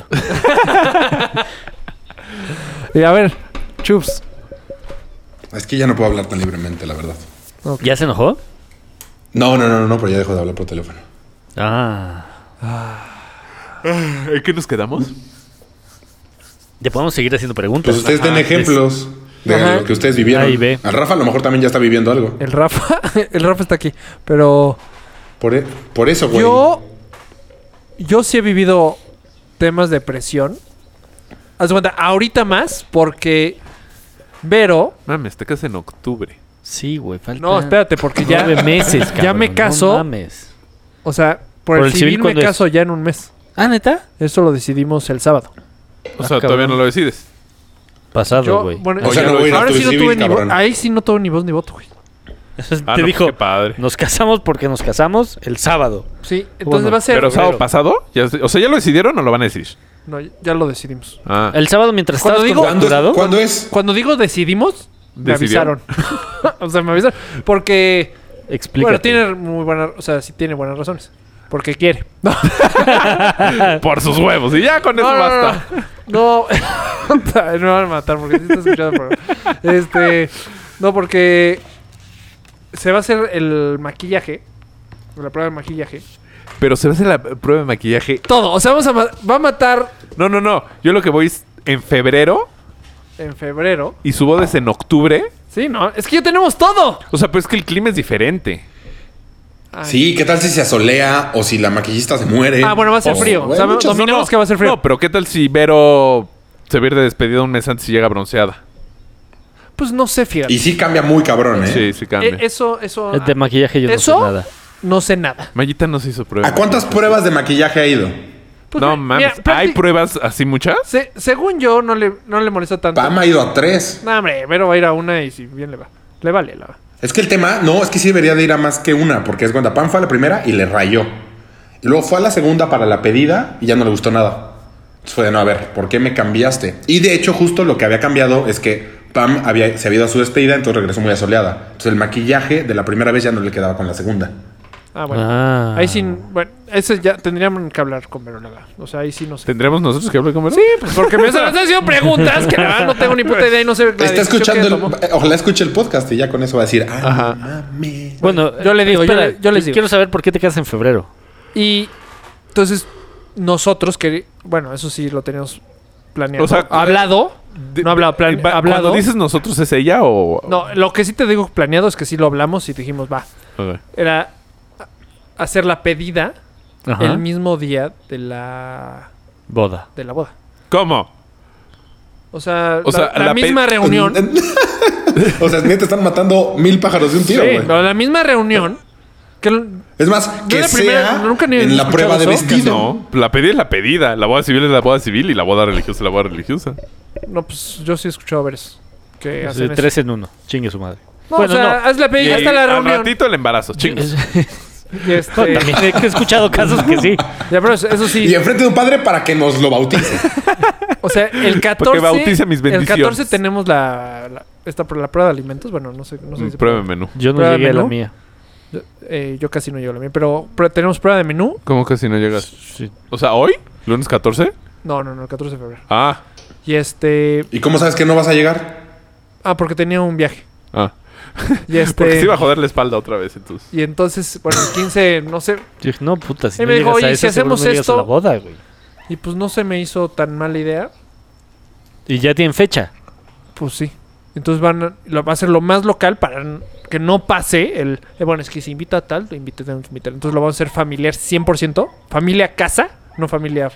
Y a ver, Chups. Es que ya no puedo hablar tan libremente, la verdad. ¿Ya se enojó? No, pero ya dejo de hablar por teléfono. Ah. ¿En qué nos quedamos? Ya podemos seguir haciendo preguntas. Pues ustedes den Ajá, ejemplos de Ajá. lo que ustedes vivieron. A y B. Al Rafa a lo mejor también ya está viviendo algo. El Rafa está aquí. Pero Por eso, güey. Yo sí he vivido temas de presión. Haz de cuenta, ahorita más, porque Vero... Mames, te casas en octubre. Sí, güey, falta... No, espérate, porque ya... 9 meses, cabrón. Ya me caso. No mames. O sea, por el civil me ¿cuándo es? caso ya en un mes. ¿Ah, neta? Eso lo decidimos el sábado. O sea, cabrón. todavía no lo decides. Pasado, Yo, güey. bueno, O sea, no voy a ir a ahora tu sí no civil, tuve ni cabrón. voz. Ahí sí no tuve ni voz ni voto, güey. Ah, Te no, dijo, qué padre. nos casamos porque nos casamos el sábado. Sí, entonces Bueno, va a ser... ¿Pero sábado pasado? O sea, ¿ya lo decidieron o lo van a decir? No, ya lo decidimos. Ah, El sábado mientras Cuando estabas digo- contraturado. ¿Cuándo es? Cuando digo decidimos, me ¿Decidieron? avisaron. O sea, me avisaron. Porque... Explícate. Bueno, tiene muy buenas... O sea, sí tiene buenas razones. Porque quiere. No, por sus huevos. Y ya con eso basta. No, no me van a matar porque sí está escuchando el programa. No, porque se va a hacer el maquillaje. La prueba de maquillaje. Pero se va a hacer la prueba de maquillaje. Todo. O sea, va a matar No. Yo lo que voy es en febrero en febrero. y su boda es en octubre. Sí, no. Es que ya tenemos todo. O sea, pues es que el clima es diferente. Ay. Sí, ¿qué tal si se asolea o si la maquillista se muere? Ah, bueno, va a ser O- frío. güey, O sea, muchas- dominamos que va a ser frío. No, pero ¿qué tal si Vero se viene de despedida un mes antes y llega bronceada? Pues no sé, fíjate. Y sí cambia muy cabrón, ¿eh? Sí, sí cambia. Eso... De maquillaje yo no sé ¿Eso? nada. No sé nada. Mayita no se hizo prueba. ¿A cuántas pruebas de maquillaje ha ido? Pues, No mira, mames. ¿Hay pruebas así muchas? Según yo, no le molesta tanto. Pam ha ido a 3. No, hombre, Vero va a ir a una y si bien le va. Le vale, la va. Es que el tema, no, es que sí debería de ir a más que una, porque es cuando Pam fue a la primera y le rayó. Y luego fue a la segunda para la pedida y ya no le gustó nada. Entonces fue de, no, a ver, ¿por qué me cambiaste? Y de hecho, justo lo que había cambiado es que Pam se había ido a su despedida, entonces regresó muy asoleada. Entonces el maquillaje de la primera vez ya no le quedaba con la segunda. Ah, bueno. Ah. Ahí sí... Bueno, ese ya tendríamos que hablar con Vero, la verdad. O sea, ahí sí no sé. ¿Tendremos nosotros que hablar con Vero? Sí, pues porque me están haciendo preguntas que la verdad no tengo ni puta idea y no sé... la Está decisión que escuchando, tomó. ojalá escuche el podcast y ya con eso va a decir, Ajá. mames. Bueno, Yo le digo, espera, yo les digo. Quiero saber por qué te casas en febrero. Y entonces nosotros bueno, eso sí lo teníamos planeado. O sea, hablado. No hablado, hablado. Cuando dices nosotros, ¿es ella o...? No, lo que sí te digo planeado es que sí lo hablamos y dijimos, va. Ok. Era hacer la pedida Ajá. el mismo día de la Boda. boda. ¿Cómo? O sea, O sea, la la misma reunión. O sea, neta, están matando 1000 pájaros de un tiro, Sí, güey. pero la misma reunión. Es más, que la primera- sea nunca ni en la escuchado prueba de eso. vestido. No, la pedida es la pedida. La boda civil es la boda civil y la boda religiosa es la boda religiosa. No, pues yo sí he escuchado ver eso. Que Es hacen de eso. 3 en 1. Chingue su madre. No, o sea, haz la pedida, hasta la al reunión. ratito el embarazo, chingos. Y También he escuchado casos que sí. Ya, pero eso sí. Y enfrente de un padre para que nos lo bautice. O sea, el 14. Porque bautiza mis el bendiciones. 14 tenemos la prueba de alimentos. Bueno, no sé. No sé si Prueba de menú. Yo no ¿Prueba de llegué a la menú? mía. Yo casi no llego a la mía. Pero tenemos prueba de menú. ¿Cómo que si no llegas? Sí. O sea, ¿hoy? ¿Lunes 14? No, el 14 de febrero. Ah, Y ¿Y cómo sabes que no vas a llegar? porque tenía un viaje. ah. Y Porque se iba a joder la espalda otra vez, entonces. Y entonces, bueno, el 15, no sé. Yo dije, no, puta, si Y no me dijo, llegas a oye, eso, si seguro hacemos no llegas a esto- la boda, güey. Y pues no se me hizo tan mala idea. Y ya tienen fecha. Pues sí. Entonces va a ser lo más local para que no pase el... bueno, es que si invita a tal, tenemos que invitar. Entonces lo vamos a hacer familiar 100%. Familia casa, no familia.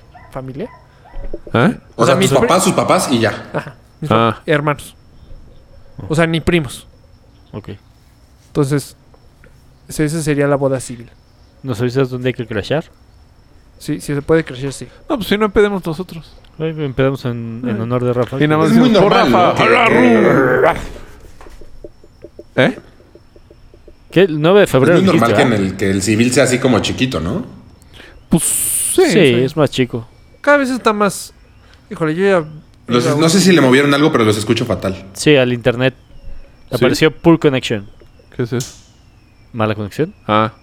¿Eh? O sea, mis sus papás y ya. Ajá. Mis Ah. hermanos. O sea, ni primos. Ok. Entonces, esa sería la boda civil. ¿Nos avisas dónde hay que crashar? Sí, si se puede crecer, sí. No, pues si no empedemos nosotros. Ahí empezamos en honor de Rafa. Y nada más Es muy decimos, normal, "Por ¿no? Rafa, Que- hola, que- ¿Eh? ¿Qué? El 9 de Es febrero. muy normal dijiste, que el civil sea así como chiquito, ¿no? Pues ¿verdad? sí. Sí, es más chico. Cada vez está más... Híjole, yo ya... No sé si le movieron algo, pero los escucho fatal. Sí, al internet. ¿Sí? Apareció Poor Connection. ¿Qué es eso? ¿Mala conexión? Ah.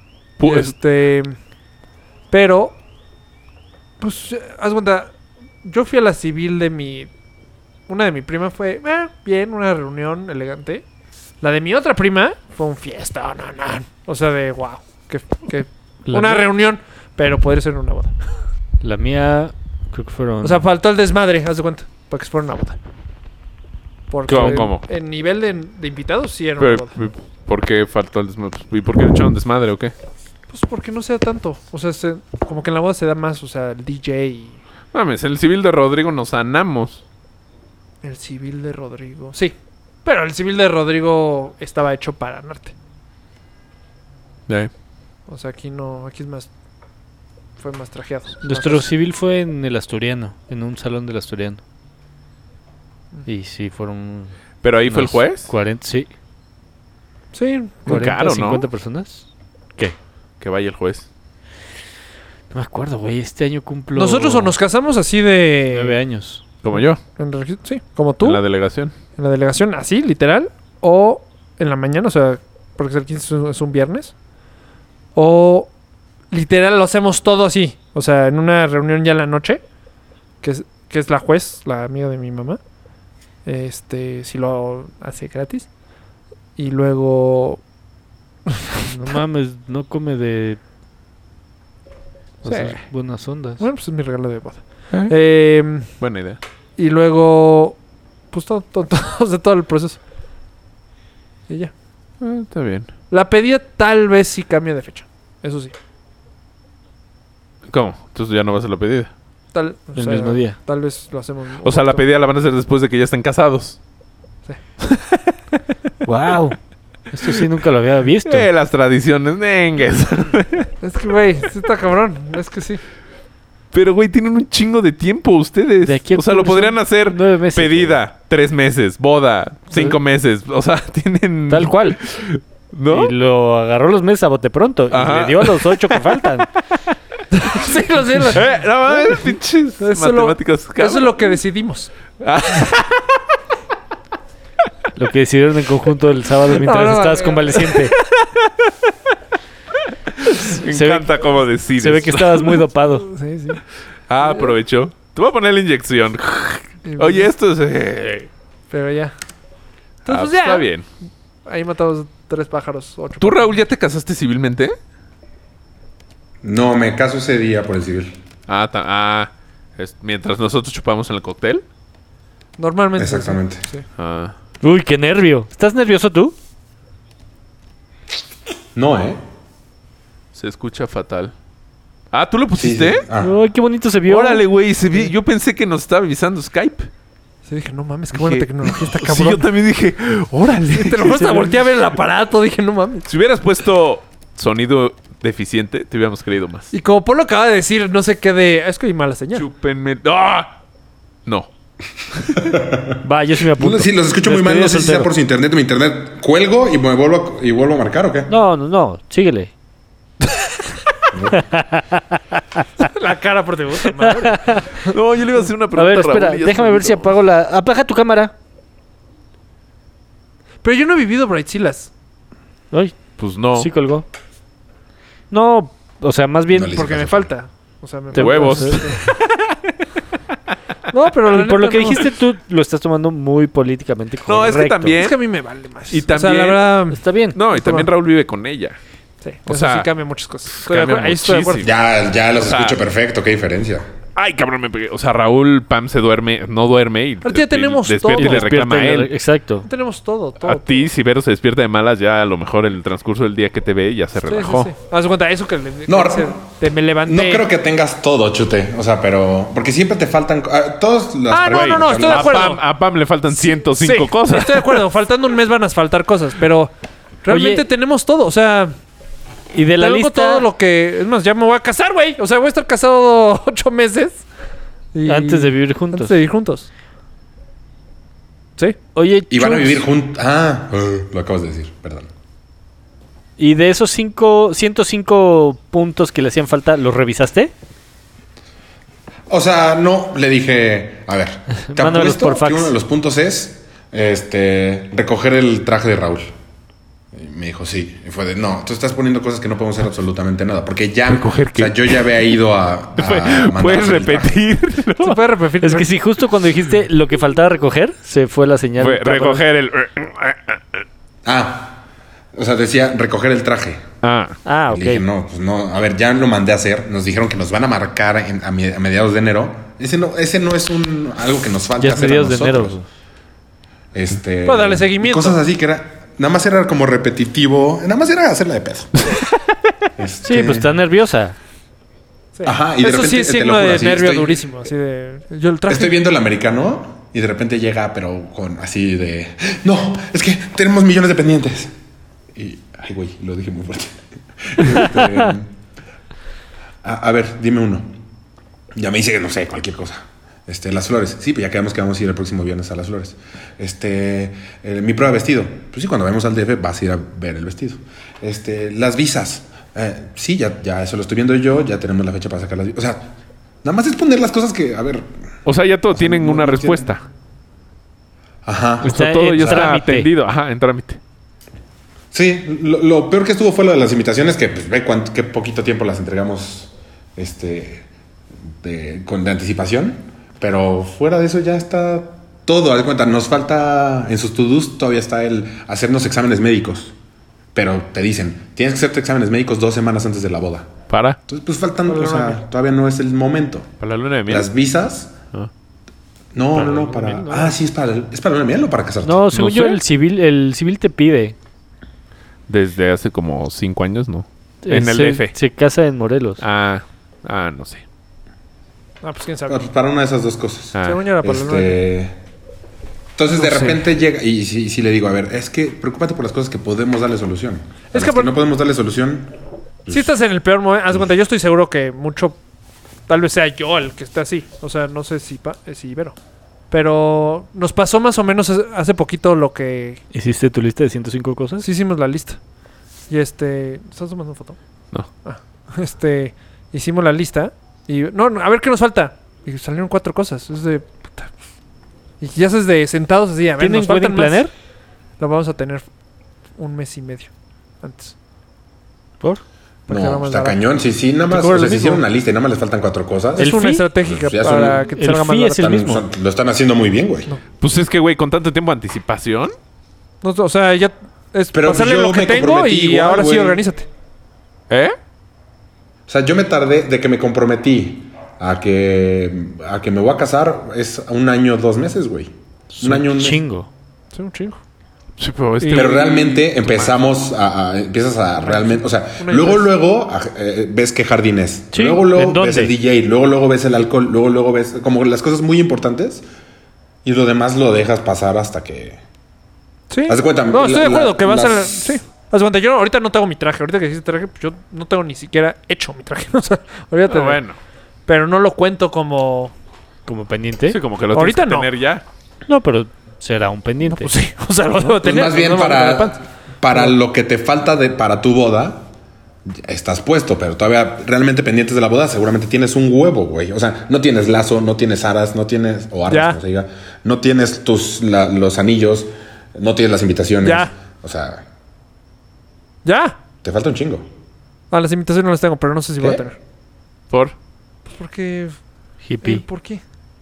Pero... Pues, haz cuenta... Yo fui a la civil de una de mi prima fue... bien, una reunión elegante. La de mi otra prima fue un fiesta. No. O sea, de wow. Que La una mía- reunión, pero podría ser una boda. La mía, creo que fueron... O sea, faltó el desmadre, haz de cuenta, para que se fuera una boda. Porque ¿Cómo? en nivel de invitados sí era Pero, una boda. ¿por qué faltó el desmadre? ¿Y por qué le echaron desmadre o qué? Pues porque no sea tanto. O sea, como que en la boda se da más, o sea, el DJ y Mames, en el civil de Rodrigo nos sanamos. el civil de Rodrigo. Sí, pero el civil de Rodrigo estaba hecho para Norte. O sea, aquí no, aquí es más, fue más trajeado. Nuestro Más- civil fue en el Asturiano, en un salón del Asturiano. Y sí, fueron... ¿Pero ahí fue el unos juez? 40, sí. Sí, Muy 40, caro, ¿no? 50 personas. ¿Qué? Que vaya el juez. No me acuerdo, güey. Este año cumplo... nosotros o nos casamos así 9 de... años. Como yo, Sí, como tú, en la delegación. en la delegación, así, literal. O en la mañana, o sea, porque el 15 es un viernes. O literal lo hacemos todo así. O sea, en una reunión ya en la noche, que es la juez, la amiga de mi mamá. Si lo hace gratis. Y luego... No mames, no come de... Sí. Esas buenas ondas. Bueno, pues es mi regalo de boda. Buena idea. Y luego... Pues todo, o sea, todo el proceso. Y ya. Está bien. La pedida tal vez sí cambia de fecha. Eso sí. ¿Cómo? Entonces ya no va a ser la pedida. O El sea, mismo día. Tal vez lo hacemos. O sea, la pedida la van a hacer después de que ya estén casados. ¡Wow! Esto sí nunca lo había visto. Las tradiciones, nengues. Es que, güey, sí está cabrón. Es que sí. Pero, güey, tienen un chingo de tiempo ustedes. De aquí a o sea, lo octubre podrían son hacer 9 meses. pedida, 3 meses, boda, 5 meses. O sea, tienen... Tal cual. ¿No? Y lo agarró los meses a bote pronto. Ajá. Y le dio a los 8 que faltan. Sí, lo sé. No mames, pinches Eso matemáticas. Eso es lo que decidimos. Lo que decidieron en conjunto el sábado mientras No, estabas convaleciente. Me se ve- encanta cómo decides. Se ve que estabas muy dopado. Sí, sí. Ah, aprovechó. Te voy a poner la inyección. Oye, esto es... Pero ya. Entonces, Ah, pues ya. está bien. Ahí matamos 3 pájaros, 8. ¿Tú, Raúl, ya te casaste civilmente? No, me caso ese día por el civil. Mientras nosotros chupamos en el cóctel. Normalmente. Exactamente. Sí. Ah. Uy, qué nervio. ¿Estás nervioso tú? No, Se escucha fatal. Ah, ¿tú lo Sí, pusiste? sí. Ah. Uy, qué bonito se vio. Órale, güey. Yo pensé que nos estaba avisando Skype. Sí, dije, no mames, qué buena Dije, tecnología está Sí, cabrón. yo también dije, órale. Te lo juro, hasta volteé a ver el aparato. Dije, no mames. Si hubieras puesto sonido deficiente, te hubiéramos creído más. Y como Polo acaba de decir, no sé qué de... Es que hay mala señal. Chúpenme. ¡Ah! No. Va, yo sí me apunto. Sí, los escucho muy mal. No Despedida sé si sea soltero. por su internet o mi internet. ¿Cuelgo y vuelvo a marcar o qué? No. Síguele. La cara por te gusta, madre. No, yo le iba a hacer una A pregunta ver, espera. Raúl, y ya se Déjame me ver si olvidó. apago la... Apaga tu cámara. Pero yo no he vivido Brightzillas. Ay, Pues no. sí colgó. No, o sea, más bien... No le hice Porque me caso. falta. O sea, me De falta. huevos. No, pero la Por lo neta que no. dijiste tú, lo estás tomando muy políticamente correcto. No, es que también... Es que a mí me vale más. Y O sea, también- la verdad... Está bien. No, y también Raúl vive con ella. Sí, O eso sea, sí cambia muchas cosas. Estoy de cambia acuerdo, ahí estoy de acuerdo. muchísimo. Ya los O sea- escucho perfecto. Qué diferencia. Ay, cabrón, me pegué. O sea, Raúl, Pam se duerme, no duerme y... Ahorita ya tenemos despierta y todo. le reclama a él. Exacto. Tenemos todo, todo. A ti, si Vero se despierta de malas, ya a lo mejor en el transcurso del día que te ve ya se Sí, relajó. sí, sí. Haz de cuenta, eso que le... No, que te me levanté. No creo que tengas todo, Chute. O sea, pero... Porque siempre te faltan... todos las Ah, no, parejas- no, estoy de acuerdo. A Pam le faltan 105 Sí, cosas. Estoy de acuerdo. Faltando un mes van a faltar cosas, pero realmente Oye, tenemos todo. O sea, Y de la tengo lista... todo lo que... Es más, ya me voy a casar, güey. O sea, voy a estar casado 8 meses. Y- Antes de vivir juntos. Antes de vivir juntos. Sí. Oye, Y van a Chus, vivir juntos. Lo acabas de decir, perdón. Y de esos 105 puntos que le hacían falta, ¿los revisaste? O sea, no, le dije, a ver, te Mándamelos apuesto por fax. que uno de los puntos es recoger el traje de Raúl. Y me dijo, sí. Y fue de, no, tú estás poniendo cosas que no podemos hacer absolutamente nada. Porque ya, ¿Recoger qué? o sea, yo ya había ido a ¿Puedes mandarles el traje. repetir? Se puede repetir. Es que si justo cuando dijiste lo que faltaba recoger, se fue la señal. Fue recoger el... O sea, decía recoger el traje. Ah, Y le dije, ok. no, pues no, a ver, ya lo mandé a hacer. Nos dijeron que nos van a marcar a mediados de enero. Ese no es algo que nos falta Ya es hacer a mediados de nosotros. enero. Pues dale seguimiento. Cosas así que era... nada más era como repetitivo. Nada más era hacerla de pedo. Sí, pues está nerviosa. Sí. Ajá, y de eso repente, sí es te lo signo juro, de así, nervio estoy- durísimo. Así de... Yo el traje... Estoy viendo el americano y de repente llega, pero con así de... No, es que tenemos millones de pendientes. Y... Ay, güey, lo dije muy fuerte. A ver, dime uno. Ya me dice que no sé, cualquier cosa. Las flores. Sí, pues ya quedamos que vamos a ir el próximo viernes a las flores. Mi prueba de vestido. Pues sí, cuando vayamos al DF vas a ir a ver el vestido. Las visas. Sí, ya eso lo estoy viendo yo. Ya tenemos la fecha para sacar las visas. O sea, nada más es poner las cosas que, a ver... O sea, ya todos sea, tienen no- una no respuesta. Ajá. O sea, Está todo en ya está trámite. atendido. Ajá, en trámite. Sí, lo peor que estuvo fue lo de las invitaciones, que pues ve qué poquito tiempo las entregamos de anticipación. Pero fuera de eso ya está todo. Haz de cuenta, nos falta en sus to-dos todavía está el hacernos exámenes médicos. Pero te dicen, tienes que hacerte exámenes médicos 2 semanas antes de la boda. Para Entonces, pues faltan, Para la o luna de sea, todavía no es el momento. la luna de miel. Las visas. Ah. No, Para la para. luna de miel, ¿no? Sí, es para la luna de miel o para casarte. No, según No yo, sé. el civil te pide. Desde hace como 5 años, ¿no? En el Se- DF. Se casa en Morelos. No sé. Ah, pues quién sabe. Para una de esas dos cosas. Ah. Según yo era para la luna de miel. Entonces de No sé. repente llega y si le digo, a ver, es que preocúpate por las cosas que podemos darle solución. A Es las que no podemos darle solución. Si estás en el peor momento, haz de cuenta, yo estoy seguro que mucho, tal vez sea yo el que está así. O sea, no sé si Ibero. Pero nos pasó más o menos hace poquito lo que... ¿Hiciste tu lista de 105 cosas? Sí hicimos la lista. Y ¿estás tomando foto? No. Hicimos la lista. Y no, a ver qué nos falta. Y salieron 4 cosas. Es de... puta. Y ya es de sentados así, a ver, ¿Tienen nos faltan wedding planner? más. Lo vamos a tener 1 mes y medio antes. ¿Por? Porque era No, más está barato. cañón. Sí, nada más. cobra O sea, lo si mismo. hicieron una lista y nada más les faltan 4 cosas. El Es una fee, estratégica pues ya para son- que te el salga más fee es barato. el mismo. Lo están haciendo muy bien, güey. No. Pues es que, güey, con tanto tiempo de anticipación. No, o sea, ya es Pero pasarle yo lo que me tengo comprometí y igual, ahora sí güey. organízate. ¿Eh? O sea, yo me tardé de que me comprometí a que me voy a casar es 1 año, 2 meses, güey. Un año, un mes. Chingo. Sí, un chingo. Sí, pero Pero realmente empezamos empiezas a realmente, o sea, Una luego ves qué jardín es, Sí, luego ¿en dónde? ves el DJ, luego ves el alcohol, luego ves como las cosas muy importantes y lo demás lo dejas pasar hasta que... Sí. Haz de cuenta, No, estoy de acuerdo que vas a... las- Sí. Haz de cuenta, yo ahorita no tengo mi traje. Ahorita que hiciste traje, pues yo no tengo ni siquiera hecho mi traje. O sea, ahorita Pero bueno. Pero no lo cuento como... ¿Como pendiente? Sí, como que lo Ahorita tienes que no. tener ya. No, pero será un pendiente. Pues sí, o sea, lo debo Pues tener. más bien no me voy a poner pants. para lo que te falta para tu boda, ya estás puesto, pero todavía realmente pendientes de la boda, seguramente tienes un huevo, güey. O sea, no tienes lazo, no tienes aras, no tienes, o aras, Ya. como se diga, no tienes los anillos, no tienes las invitaciones. Ya. O sea, ¡Ya! te falta un chingo. Ah, las invitaciones no las tengo, pero no sé si voy a ¿Qué? tener. Por. Pues porque... Hippie. ¿Por qué?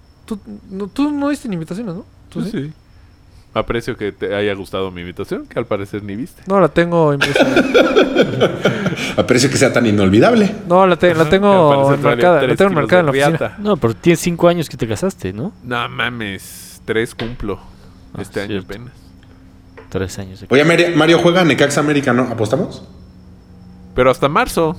Tú no diste ni invitaciones, ¿no? ¿Tú sí? Sí. Aprecio que te haya gustado mi invitación, que al parecer ni viste. No, la tengo impresa. Aprecio que sea tan inolvidable. No, la Que tengo al parecer enmarcada. traía La 3 tengo kilos enmarcada en la de oficina. riata. No, pero tienes 5 años que te casaste, ¿no? No mames. 3 cumplo. Este año cierto. apenas. 3 años. de- Oye, Mario juega Necaxa América, ¿no? ¿Apostamos? Pero hasta marzo.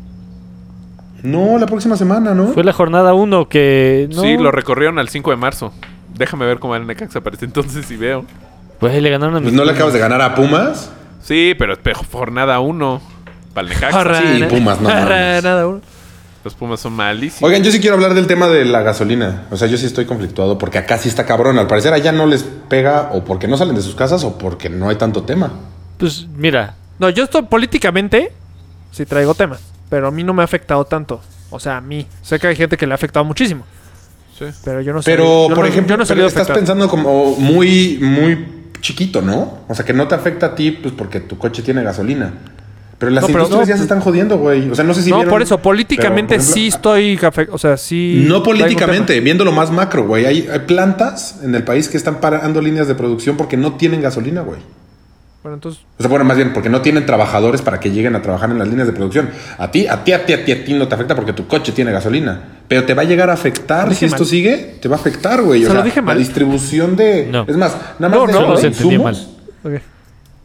No, la próxima semana, ¿no? Fue la jornada 1 que... No, Sí, lo recorrieron al 5 de marzo. Déjame ver cómo era el Necaxa. Parece entonces y veo. Pues le ganaron a Pues mis no le acabas Pumas. de ganar a Pumas. Sí, pero jornada 1. Para el Necaxa. Arra, Sí, Pumas, no mames. nada, uno. Los Pumas son malísimos. Oigan, yo sí quiero hablar del tema de la gasolina. O sea, yo sí estoy conflictuado porque acá sí está cabrón. Al parecer allá no les pega o porque no salen de sus casas o porque no hay tanto tema. Pues mira, No, yo estoy políticamente, sí traigo temas, pero a mí no me ha afectado tanto. O sea, a mí. Sé que hay gente que le ha afectado muchísimo, Sí. pero yo no sé. Pero, yo por no- ejemplo, yo no he pero salido estás afectado. pensando como muy chiquito, ¿no? O sea, que no te afecta a ti pues porque tu coche tiene gasolina. Pero las No, pero industrias no, ya se están jodiendo, güey. O sea, no sé si No, vieron, por eso, políticamente pero, por ejemplo, sí estoy... O sea, sí... No traigo políticamente, tema. viéndolo más macro, güey. Hay plantas en el país que están parando líneas de producción porque no tienen gasolina, güey. Bueno, entonces... O sea, bueno, más bien, porque no tienen trabajadores para que lleguen a trabajar en las líneas de producción. A ti no te afecta porque tu coche tiene gasolina. Pero te va a llegar a afectar. Dije Si esto mal. sigue, te va a afectar, güey. O Se lo sea, dije mal. la distribución de... No. Es más, nada más No, de no, los se entendía insumos. Ok.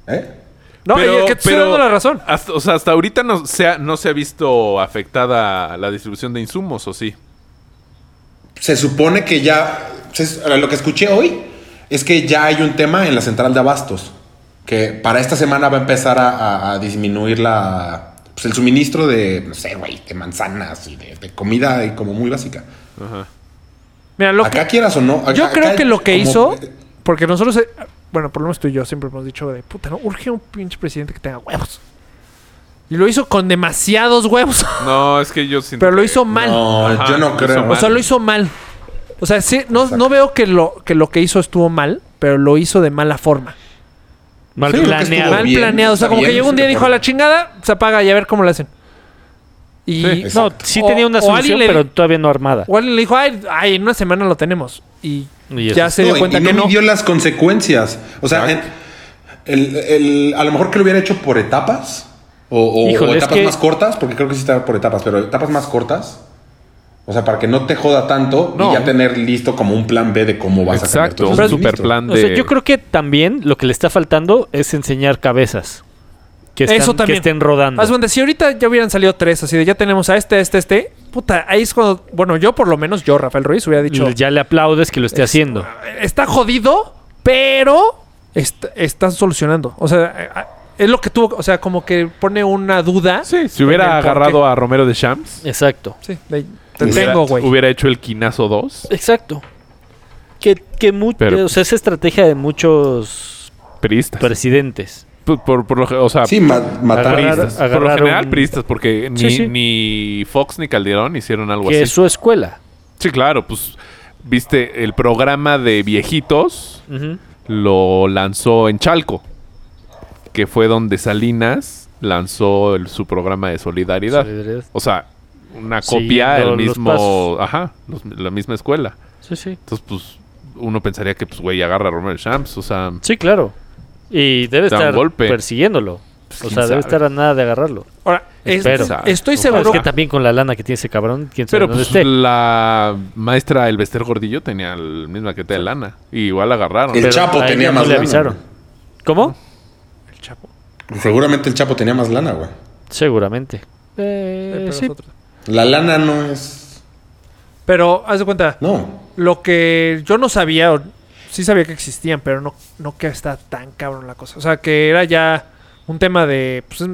No, y que te estoy dando la razón. Hasta ahorita no se ha visto afectada la distribución de insumos, ¿o sí? Se supone que ya... Lo que escuché hoy es que ya hay un tema en la central de abastos. Que para esta semana va a empezar a disminuir el suministro de, no sé, güey, de manzanas y de comida y como muy básica. Ajá. Mira, acá quieras o no... Yo creo que lo que hizo... Porque nosotros... Bueno, por lo menos tú y yo siempre hemos dicho de... Puta, no, urge un pinche presidente que tenga huevos. Y lo hizo con demasiados huevos. No, es que yo siento Pero lo hizo mal. No, yo no creo. O sea, lo hizo mal. O sea, sí, no veo que lo que hizo estuvo mal, pero lo hizo de mala forma. Mal planeado. Mal planeado. O sea, como que llegó un día y dijo a la chingada, se apaga y a ver cómo lo hacen. Y sí tenía una solución, pero todavía no armada. O alguien le dijo, ay, en una semana lo tenemos. Y ya se dio cuenta que no midió las consecuencias. O sea, a lo mejor que lo hubiera hecho por etapas. O etapas más cortas, porque creo que sí está por etapas, pero etapas más cortas. O sea, para que no te joda tanto y ya tener listo como un plan B de cómo vas a cambiar todo. Exacto, un super plan de... O sea, yo creo que también lo que le está faltando es enseñar cabezas. Que estén rodando. Haz cuenta, si ahorita ya hubieran salido 3, así de ya tenemos a este, puta, ahí es cuando... Bueno, yo por lo menos, Rafael Ruiz, hubiera dicho... Ya le aplaudes que lo esté haciendo. Está jodido, pero están solucionando. O sea... Es lo que tuvo, o sea, como que pone una duda. Sí, si hubiera agarrado a Romero de Champs. Exacto. Sí, te tengo, güey. Hubiera hecho el Quinazo 2. Exacto. O sea, es estrategia de muchos priistas. Presidentes. O sea, sí, matar priistas. Por lo general, priistas, porque ni Fox ni Calderón hicieron algo así. Que es su escuela. Sí, claro, pues, viste, el programa de viejitos lo lanzó en Chalco, que fue donde Salinas lanzó su programa de solidaridad. O sea, una copia, la misma escuela. Sí, sí. Entonces, pues, uno pensaría que, pues, güey, agarra a Romero Champs, o sea... Sí, claro. Y debe estar persiguiéndolo. O sea, debe estar a nada de agarrarlo. Ahora, estoy seguro... Es que también con la lana que tiene ese cabrón, quién sabe dónde esté. La maestra Elvester Gordillo tenía la misma que de lana. Y igual la agarraron. El Chapo tenía más lana. Avisaron. ¿Cómo? Chapo. Seguramente el Chapo tenía más lana, güey. Seguramente. Sí. La lana no es... Pero, haz de cuenta. No. Lo que yo no sabía, sí sabía que existían, pero no que está tan cabrón la cosa. O sea, que era ya un tema de... Pues,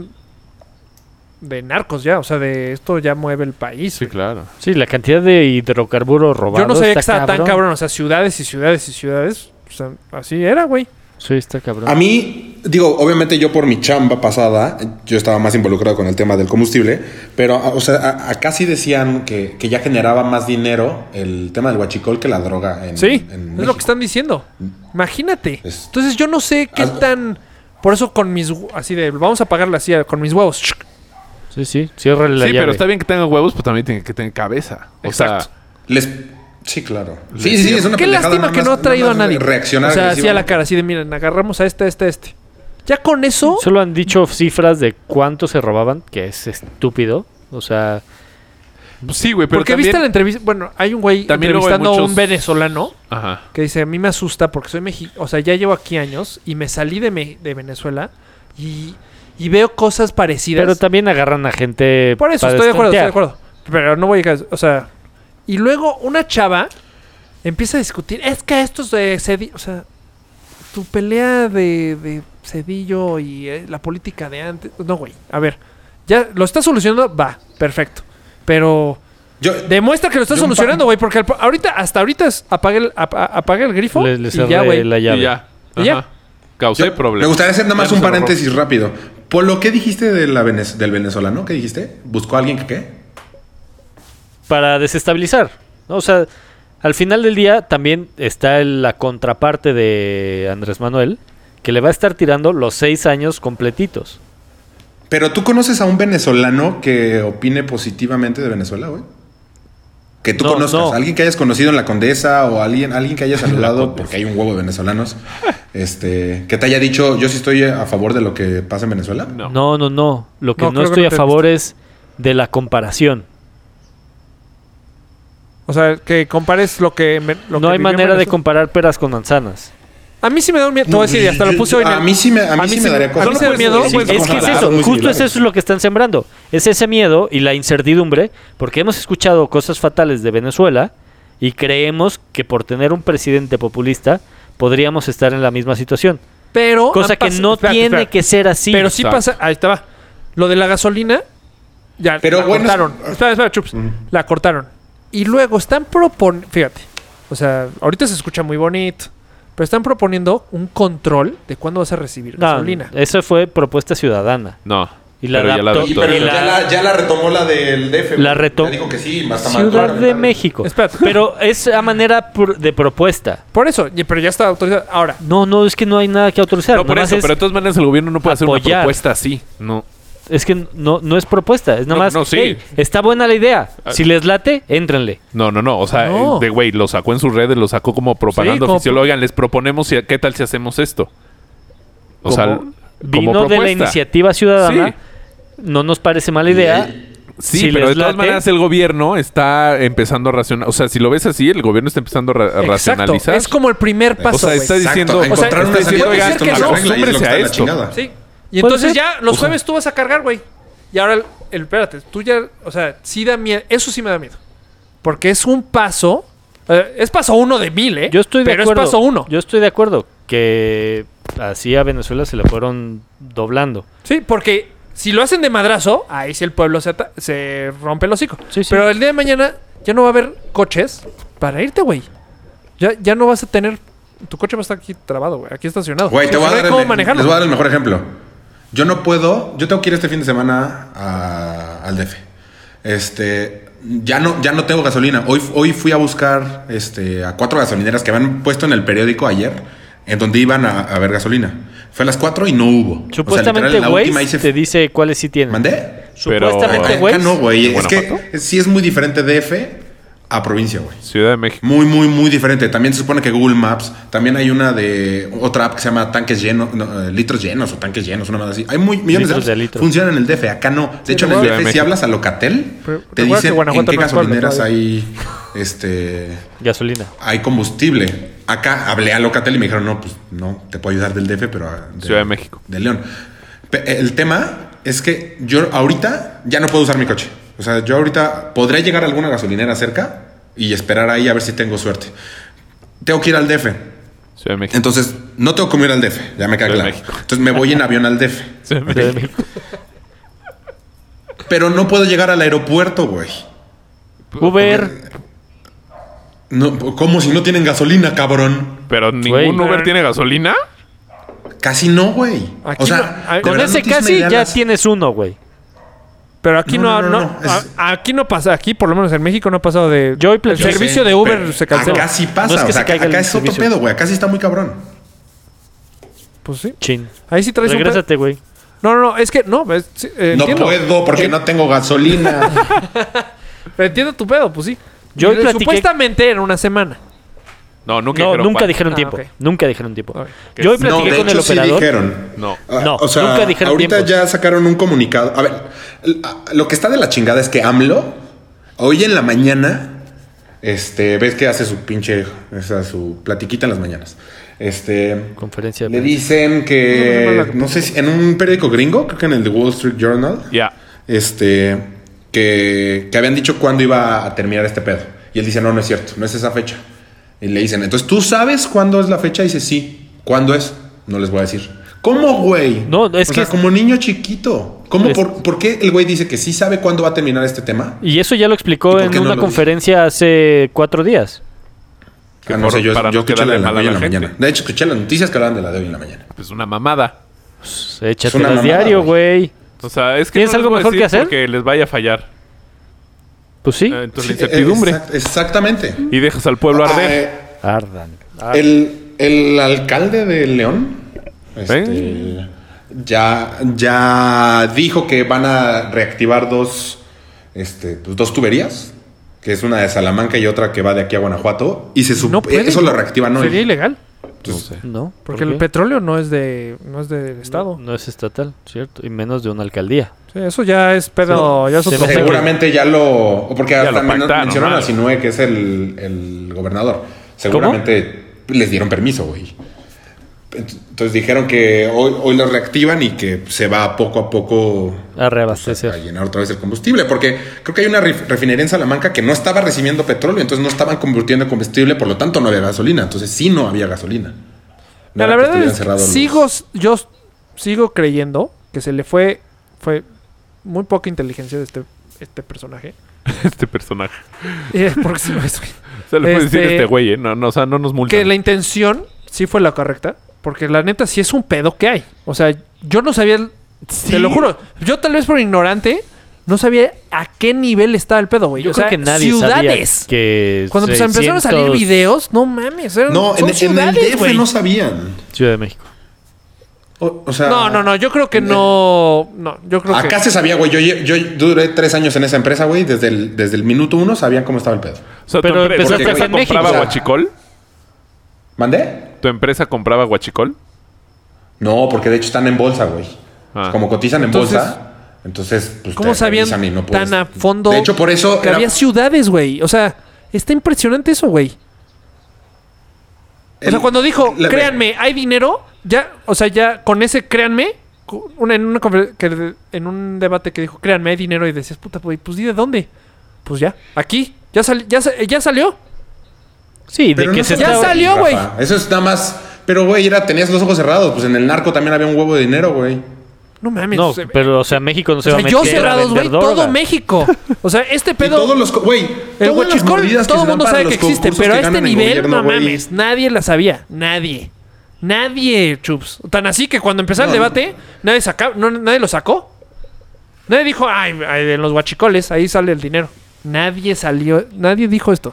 de narcos ya. O sea, de esto ya mueve el país. Sí, claro. Sí, la cantidad de hidrocarburos robados. Yo no sabía que estaba tan cabrón. O sea, ciudades y ciudades y ciudades. O sea, así era, güey. Sí, está cabrón. A mí, obviamente yo por mi chamba pasada, yo estaba más involucrado con el tema del combustible, pero, o sea, acá sí decían que ya generaba más dinero el tema del huachicol que la droga en es lo que están diciendo. Imagínate. Entonces yo no sé qué tan... Por eso con mis... Así de... Vamos a pagarla así con mis huevos. Sí. Ciérrale la llave. Sí, pero está bien que tengan huevos, pero también tienen que tener cabeza. Exacto. Sí, claro. Sí, es una qué lástima que no ha traído a nadie. Reaccionar. O sea, así a la cara, así de, miren, agarramos a este. Ya con eso... Solo han dicho cifras de cuánto se robaban, que es estúpido. O sea... Sí, güey, pero porque también... viste la entrevista... Bueno, hay un güey entrevistando a un venezolano que dice, a mí me asusta porque soy mexicano. O sea, ya llevo aquí años y me salí de Venezuela y veo cosas parecidas. Pero también agarran a gente... Por eso, estoy de acuerdo. Pero no voy a... O sea... Y luego una chava empieza a discutir. Es que esto es de Cedillo. O sea, tu pelea de Cedillo y la política de antes. No, güey. A ver. Ya lo estás solucionando. Va. Perfecto. Pero demuestra que lo estás solucionando, güey. Porque hasta ahorita es apague el grifo. Le y ya, güey. la llave. Y ya. Causé problemas. Me gustaría hacer nada más un paréntesis rápido. Por lo que dijiste del venezolano, ¿qué dijiste? ¿Buscó a alguien que qué? Para desestabilizar, ¿no? O sea, al final del día también está la contraparte de Andrés Manuel, que le va a estar tirando los 6 años completitos. Pero ¿tú conoces a un venezolano que opine positivamente de Venezuela, güey? Que tú conozcas. No. Alguien que hayas conocido en la Condesa o alguien que hayas saludado, porque hay un huevo de venezolanos, que te haya dicho, yo sí estoy a favor de lo que pasa en Venezuela. No. Lo que no estoy a favor es de la comparación. O sea, que compares lo que no hay manera de comparar peras con manzanas. A mí sí me da un miedo. Te voy a decir, y hasta lo puse hoy. A mí sí me daría a mí cosas. sí me da miedo. Sí, es que es eso, justo es eso lo que están sembrando. Es ese miedo y la incertidumbre, porque hemos escuchado cosas fatales de Venezuela y creemos que por tener un presidente populista podríamos estar en la misma situación. Pero Cosa que no tiene que ser así. Pero sí pasa. Ahí te va. Lo de la gasolina. Ya Pero la bueno, cortaron. Espera, Chups. La cortaron. Y luego están proponiendo. Fíjate. O sea, ahorita se escucha muy bonito. Pero están proponiendo un control de cuándo vas a recibir gasolina. Eso fue propuesta ciudadana. No. Y la pero ya la adaptó. adoptó. Pero Y la- ya la retomó la del DF. La güey. retomó. Ya dijo que sí, está Ciudad mal. de México. Espérate. Pero es a manera de propuesta. Por eso. Pero ya está autorizado. Ahora. No, es que no hay nada que autorizar. No, por Nomás eso, es- pero de todas maneras el gobierno no puede hacer una apoyar. propuesta así. No. Es que no es propuesta, es nada No, más. no, sí. "Hey, está buena la idea. Si les late, éntrenle. No. O sea, No. de güey, lo sacó en sus redes, lo sacó como propaganda como oficial. Oigan, les proponemos, ¿qué tal si hacemos esto? O sea, Como como vino de la propuesta. iniciativa ciudadana. Sí. No nos parece mala idea. Sí, Si pero les de todas late- maneras el gobierno está empezando a racionalizar. O sea, si lo ves así, el gobierno está empezando a Exacto. racionalizar. Es como el primer paso. O sea, güey. está diciendo, Exacto, encontrar o sea, una está salida diciendo, que oigan, esto que no no, se arregla y es lo que acostúmbrense está a de la esto. chingada. Sí. Y Puede entonces ser. ya los jueves tú vas a cargar, güey. Y ahora, espérate, tú ya, o sea, sí da miedo. Eso sí me da miedo. Porque es un paso. Es paso 1 de 1000, ¿eh? Yo estoy de Pero acuerdo. es paso 1. Yo estoy de acuerdo que así a Venezuela se la fueron doblando. Sí, porque si lo hacen de madrazo, ahí sí el pueblo se rompe el hocico. Sí, sí. Pero el día de mañana ya no va a haber coches para irte, güey. Ya no vas a tener. Tu coche va a estar aquí trabado, güey. Aquí estacionado. Güey, te voy a No hay dar cómo manejarlo. les voy a dar el mejor ejemplo. Yo no puedo, yo tengo que ir este fin de semana al DF. Ya no tengo gasolina. Hoy fui a buscar a 4 gasolineras que habían puesto en el periódico ayer, en donde iban a ver gasolina. Fue a las 4 y no hubo. Supuestamente, literal, en la güey, última hice- te dice cuáles sí tienen. ¿Mandé? Supuestamente, Pero- güey. Acá no, güey. ¿En Es que Guanajuato? sí es muy diferente DF a provincia, güey. Ciudad de México. Muy, muy, muy diferente. También se supone que Google Maps, también hay una de otra app que se llama tanques llenos, litros llenos o tanques llenos, una más así. Hay millones Litros de de apps. litro. Funcionan en el DF, acá no. De hecho, en el Ciudad de DF, si México. hablas a Locatel, Pero te recuerda que dicen en Guanajuato qué no es pueblo gasolineras todavía. Gasolina. hay combustible. Acá hablé a Locatel y me dijeron, no, pues no, te puedo ayudar del DF, pero Ciudad de México. de León. El tema es que yo ahorita ya no puedo usar mi coche. O sea, yo ahorita podré llegar a alguna gasolinera cerca y esperar ahí a ver si tengo suerte. Tengo que ir al DF. Ciudad de México. Entonces, no tengo cómo ir al DF, ya me queda Ciudad de claro. México. Entonces me voy en avión al DF. Ciudad de Ciudad de México. México. Pero no puedo llegar al aeropuerto, güey. Uber. No, ¿cómo si no tienen gasolina, cabrón? Pero ningún Uber tiene gasolina. Casi no, güey. Aquí O sea, no- de Con verdad ese no tienes una casi idea ya las- tienes uno, güey. Pero aquí No, no, no, no, no, es- aquí no pasa. Aquí, por lo menos en México, no ha pasado de. Yo hoy el platiqué- servicio de Pero Uber se canceló. Acá sí pasa. No es que o sea, se caiga acá el es otro servicio. pedo, güey. Acá sí está muy cabrón. Pues sí. Chin. Ahí sí traes Regrésate, güey. No, es que no. Sí, No entiendo. puedo porque no tengo gasolina. Entiendo tu pedo, pues sí. Yo hoy platiqué- Supuestamente era una semana. No, nunca No, dijeron nunca cuál. dijeron Ah, tiempo. ok. Nunca dijeron tiempo. Ok. Yo hoy No, platiqué de con el hecho sí operador. dijeron. No. No, o sea, nunca dijeron ahorita tiempos. ya sacaron un comunicado. A ver, lo que está de la chingada es que AMLO, hoy en la mañana, ves que hace su pinche, su platiquita en las mañanas. Conferencia de Le prensa. dicen que, no sé si en un periódico gringo, creo que en el The Wall Street Journal, Ya. que habían dicho cuándo iba a terminar este pedo. Y él dice, no es cierto, no es esa fecha. Y le dicen, entonces, ¿tú sabes cuándo es la fecha? Y dice, sí. ¿Cuándo es? No les voy a decir. ¿Cómo, güey? No, es o que sea, como niño chiquito. ¿Cómo? Es- ¿Por qué el güey dice que sí sabe cuándo va a terminar este tema? Y eso ya lo ¿Y explicó por en qué no una lo conferencia hace 4 días. Que No sé, yo para no escuché la quedarle de la mal de a hoy en la la gente. mañana. De hecho, escuché las noticias que hablaban de la de hoy en la mañana. Pues una mamada. Pues, una échatelas mamada, diario, güey. güey. O sea, es que ¿Tienes no les algo voy a mejor que decir hacer? porque les vaya a fallar. Pues sí. Entonces Sí, la incertidumbre. exactamente. Y dejas al pueblo arder. Ardan. El alcalde de León ya dijo que van a reactivar dos tuberías, que es una de Salamanca y otra que va de aquí a Guanajuato, y No puede, eso lo ¿no? reactivan hoy. Sería ilegal. No sé. No. Porque ¿por el qué? petróleo no es del Estado. No es estatal, ¿cierto? Y menos de una alcaldía. Sí, eso ya es pedo. Ya es otro Se me pedo. Seguramente ya lo... Porque Ya hasta lo pactaron, mencionaron mal. a Sinue, que es el gobernador. Seguramente les dieron permiso, güey. Entonces dijeron que hoy lo reactivan y que se va poco a poco A reabastecer. a llenar otra vez el combustible. Porque creo que hay una refinería en Salamanca que no estaba recibiendo petróleo, entonces no estaban convirtiendo en combustible, por lo tanto no había gasolina. Entonces sí no había gasolina. No La era que verdad estuvieran es cerrados yo sigo creyendo que se le fue muy poca inteligencia de este personaje. Este personaje. Porque sí lo es, güey. O sea, le puedes decir este güey, ¿eh? No, o sea, no nos multan. Que la intención sí fue la correcta. Porque la neta sí es un pedo que hay. O sea, yo no sabía... Te lo juro. Yo tal vez por ignorante no sabía a qué nivel estaba el pedo, güey. Yo o creo sea, que nadie ciudades. sabía que Cuando pues, empezaron a salir 600 videos, no mames. No, en el ciudades, DF güey. no sabían. Ciudad de México. O sea, No, yo creo que no. No, yo creo acá que... se sabía, güey. Yo duré 3 años en esa empresa, güey. Desde el minuto 1 sabían cómo estaba el pedo. O sea, Pero empezaste ¿tu empresa en México, compraba o sea. guachicol? ¿Mandé? ¿Tu empresa compraba guachicol? No, porque de hecho están en bolsa, güey. Ah. Como cotizan en Entonces, bolsa, entonces pues ¿Cómo te sabían revisan y no puedes- tan a fondo De hecho, por eso que había ciudades, güey? O sea, está impresionante eso, güey. O sea, cuando dijo, créanme, hay dinero, ya, o sea, ya con ese créanme, en un debate que dijo, créanme, hay dinero, y decías, puta, güey, pues di de dónde. Pues ya, aquí, ya salió. Sí, de Pero que no se sabía, Ya está... salió, güey. Rafa. Eso es nada más. Pero, güey, tenías los ojos cerrados. Pues en el narco también había un huevo de dinero, güey. No mames. No, o sea, pero, o sea, México no se o va a sea, meter yo a cerrados, güey, vender todo droga. México. O sea, este Y pedo... todos los. Güey, El todas las huachicol, mordidas que todo se el dan mundo para sabe que los existe, concursos pero a que este ganan en nivel, gobierno, no güey. mames, nadie la sabía. Nadie, Chups. Tan así que cuando empezó el debate, nadie lo sacó. Nadie dijo, ay, en los guachicoles, ahí sale el dinero. Nadie dijo esto.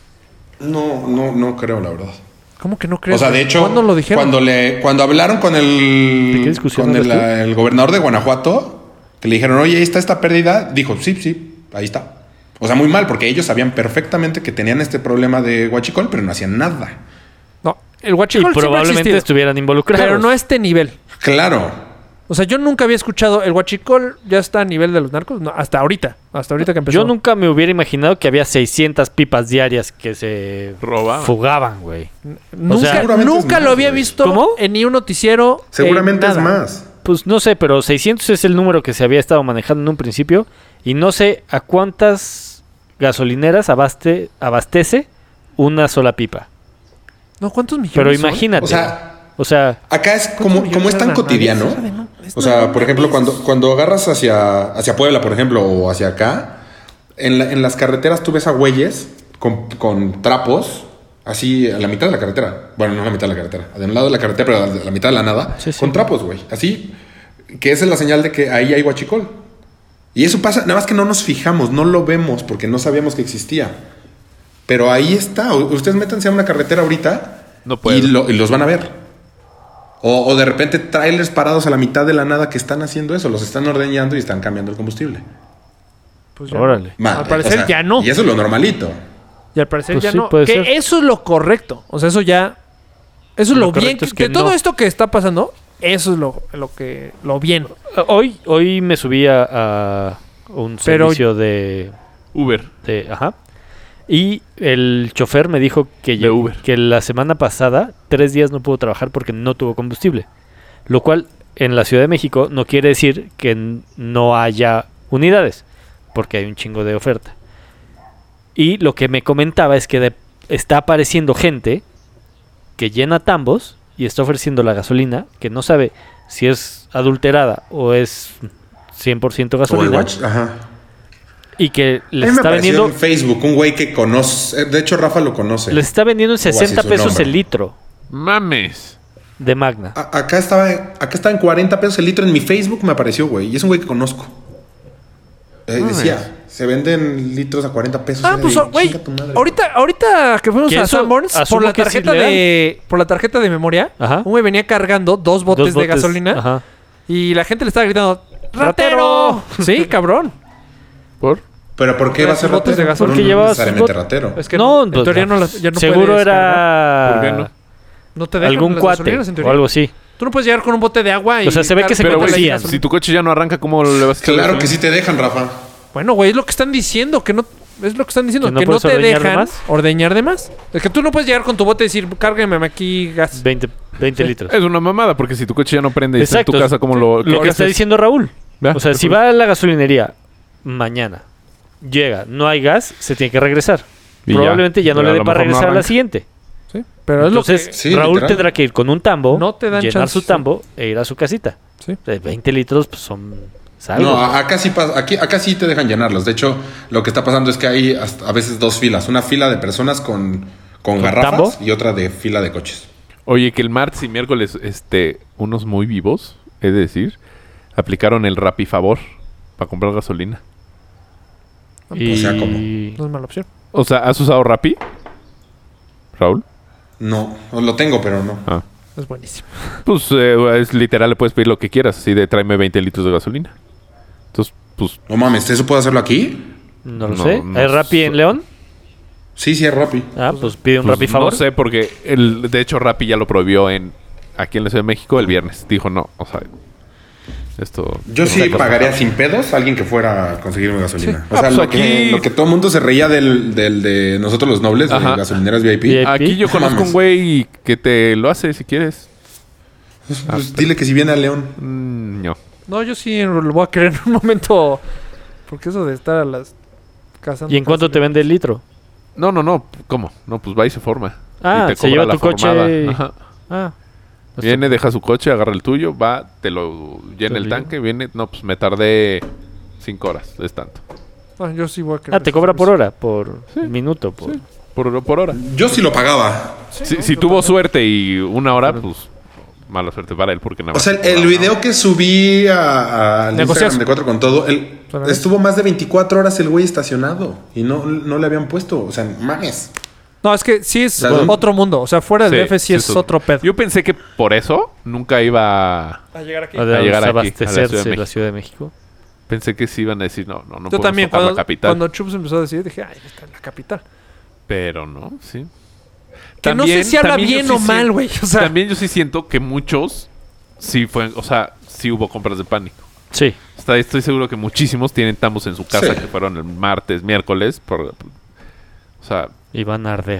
No creo, la verdad. ¿Cómo que no crees? O sea, de hecho, ¿cuándo lo dijeron? cuando hablaron con ¿De qué discusión hablas tú? el gobernador de Guanajuato, que le dijeron, oye, ahí está esta pérdida, dijo, sí, ahí está. O sea, muy mal, porque ellos sabían perfectamente que tenían este problema de huachicol, pero no hacían nada. No, el Y guachicol siempre ha probablemente existido, estuvieran involucrados. pero no a este nivel. Claro. O sea, yo nunca había escuchado el guachicol ya está a nivel de los narcos. No, hasta ahorita que empezó. Yo nunca me hubiera imaginado que había 600 pipas diarias que se Robaban. fugaban, güey. Nunca, seguramente nunca es lo más, había güey. visto ¿Cómo? en ni un noticiero. Seguramente en es nada. más. Pues no sé, pero 600 es el número que se había estado manejando en un principio. Y no sé a cuántas gasolineras abastece una sola pipa. No, ¿cuántos millones Pero son? imagínate. O sea, acá es como es tan cotidiano. O sea, por ejemplo, cuando agarras hacia Puebla, por ejemplo, o hacia acá, en las carreteras tú ves a güeyes con trapos, así a la mitad de la carretera. Bueno, no a la mitad de la carretera, de un lado de la carretera, pero a la mitad de la nada, Sí, sí. con trapos, güey. Así, que esa es la señal de que ahí hay huachicol. Y eso pasa, nada más que no nos fijamos, no lo vemos porque no sabíamos que existía. Pero ahí está. Ustedes métanse a una carretera ahorita No puedo. y los van a ver. O de repente trailers parados a la mitad de la nada que están haciendo eso. Los están ordeñando y están cambiando el combustible. Pues ya Órale. Al parecer ya no. Y eso es lo normalito. Y al parecer Pues ya sí, no. puede Que ser. eso es lo correcto. O sea, eso ya... Eso es Lo lo bien. correcto es que de todo no. esto que está pasando, eso es lo bien. Hoy me subí a un Pero- servicio de Uber. ajá. Y el chofer me dijo De Uber. que la semana pasada 3 días no pudo trabajar porque no tuvo combustible. Lo cual en la Ciudad de México no quiere decir que no haya unidades, porque hay un chingo de oferta. Y lo que me comentaba es que está apareciendo gente que llena tambos y está ofreciendo la gasolina que no sabe si es adulterada o es 100% O el gasolina. Ajá. Y que A les mí me está apareció vendiendo... en Facebook un güey que conoce. De hecho, Rafa lo conoce. Les está vendiendo en así 60 su pesos nombre. el litro Mames. de Magna. Acá estaba en 40 pesos el litro. En mi Facebook me apareció, güey. Y es un güey que conozco. Decía, se venden litros a 40 pesos. Ah, Era pues, de, güey. "Chinga tu madre". Ahorita que fuimos Que a eso Sanborns, asumo que sí es por la tarjeta de memoria, Ajá. un güey venía cargando 2 botes de gasolina Ajá. y la gente le estaba gritando, ¡ratero! Sí, cabrón. ¿Por? Pero ¿por qué va a ser botes de ratero? gasolina. Porque no llevaba sus necesariamente botes. ratero. Es que No, en pues, teoría ya no seguro puedes cargar. era ¿Por qué no? No te dejan algún las cuate gasolineras, en teoría. o algo así. Tú no puedes llegar con un bote de agua y... O sea, se ve que se Pero, güey, conocían. si tu coche ya no arranca, ¿cómo le vas a echar Claro gasolina? que sí te dejan, Rafa. Bueno, güey, es lo que están diciendo, que no... Es lo que están diciendo, ¿Que no que no puedes te ordeñar de dejan más? ordeñar de más. Es que tú no puedes llegar con tu bote y decir, cárgueme aquí gas. 20 litros. Es una mamada, porque si tu coche ya no prende y está en tu casa, ¿cómo lo Lo que qué está haces? diciendo Raúl. ¿Ya? O sea, si va a la gasolinería mañana, llega, no hay gas, se tiene que regresar. Y Probablemente ya no a le dé lo para mejor no regresar a la arranca. siguiente. Sí, pero Entonces, Sí, Raúl literal. tendrá que ir con un tambo, No te dan llenar chance, su sí. tambo e ir a su casita. Sí. De 20 litros pues, son salvo. No, acá sí pasa, acá sí te dejan llenarlos. De hecho, lo que está pasando es que hay a veces dos filas. Una fila de personas con garrafas tambo? y otra de fila de coches. Oye, que el martes y miércoles, unos muy vivos, es decir, aplicaron el Rappi Favor para comprar gasolina. Y... o sea, ¿cómo? No es mala opción. O sea, ¿has usado Rappi, Raúl? No, lo tengo, pero no. Ah. Es buenísimo. Pues es literal, le puedes pedir lo que quieras, así de tráeme 20 litros de gasolina. Entonces, pues, No mames, ¿eso puedo hacerlo aquí? No lo No, sé. no ¿Hay Rappi en sé. León? Sí, es Rappi. Ah, pues pide un pues, Rappi favor. no sé, porque de hecho Rappi ya lo prohibió aquí en la Ciudad de México el viernes. Dijo, no, o sea, esto... Yo no sí sé, pagaría sin pedos a alguien que fuera a conseguirme gasolina. Sí. O sea, Ah, pues lo que todo el mundo se reía del de nosotros los nobles, de Ajá. gasolineras VIP. VIP. Aquí yo No conozco mames. un güey que te lo hace si quieres. Pues dile que si viene a León. No. No, yo sí lo voy a querer en un momento. Porque eso de estar a las casas. ¿Y en cuánto te vende el litro? No. ¿Cómo? No, pues va y se forma. Ah, Y te se cobra lleva la tu coche formada. y- Ajá. Ah. pues Viene, deja su coche, agarra el tuyo, va, te lo llena el liga. tanque, viene... No, pues me tardé 5 horas, es tanto. No, yo sí voy a querer. te cobra por hora, por minuto. Por... Sí. Por hora. Yo sí lo pagaba. Si tuvo suerte y una hora, pues mala suerte para él porque nada O sea, más el cobraba, video que subí al Negociazo. Instagram de 4 con todo, Para estuvo más de 24 horas el güey estacionado y no le habían puesto. O sea, mames. No, es que sí es ¿Sabes? otro mundo. O sea, fuera del DF sí es eso. otro pedo. Yo pensé que por eso nunca iba... A llegar aquí. A llegar llegar aquí, a la abastecerse Ciudad de la Ciudad de México. Pensé que sí iban a decir, no Yo podemos también, tocar la cuando capital. Chups empezó a decir, dije, ay, está en la capital. Pero no, sí. Que no sé si habla también bien yo o sí mal, siento- güey. O sea, También yo sí siento que muchos sí fue, o sea, sí hubo compras de pánico. Sí. Estoy seguro que muchísimos tienen tambos en su casa Sí. que fueron el martes, miércoles, o sea, Y van a arder.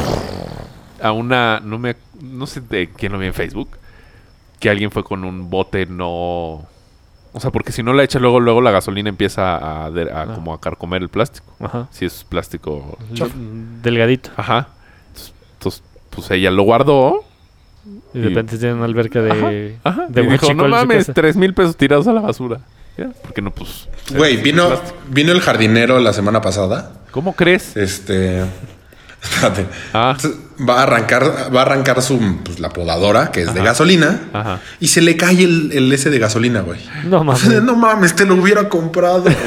a una, no sé de quién lo vi en Facebook, que alguien fue con un bote o sea, porque si no la echa luego la gasolina empieza como a carcomer el plástico. Ajá. Si es plástico, Delgadito. ajá. Entonces, pues ella lo guardó. Y de repente tiene una alberca de... Ajá. de Y dijo, huachicol no en su mames, casa". 3,000 pesos tirados a la basura. ¿Ya? Porque no, pues... Güey, es vino plástico. el jardinero la semana pasada. ¿Cómo crees? Espérate. Ah. Va a arrancar la podadora, que es de gasolina. Ajá. Y se le cae el ese de gasolina, güey. No mames. No mames, te lo hubiera comprado, güey.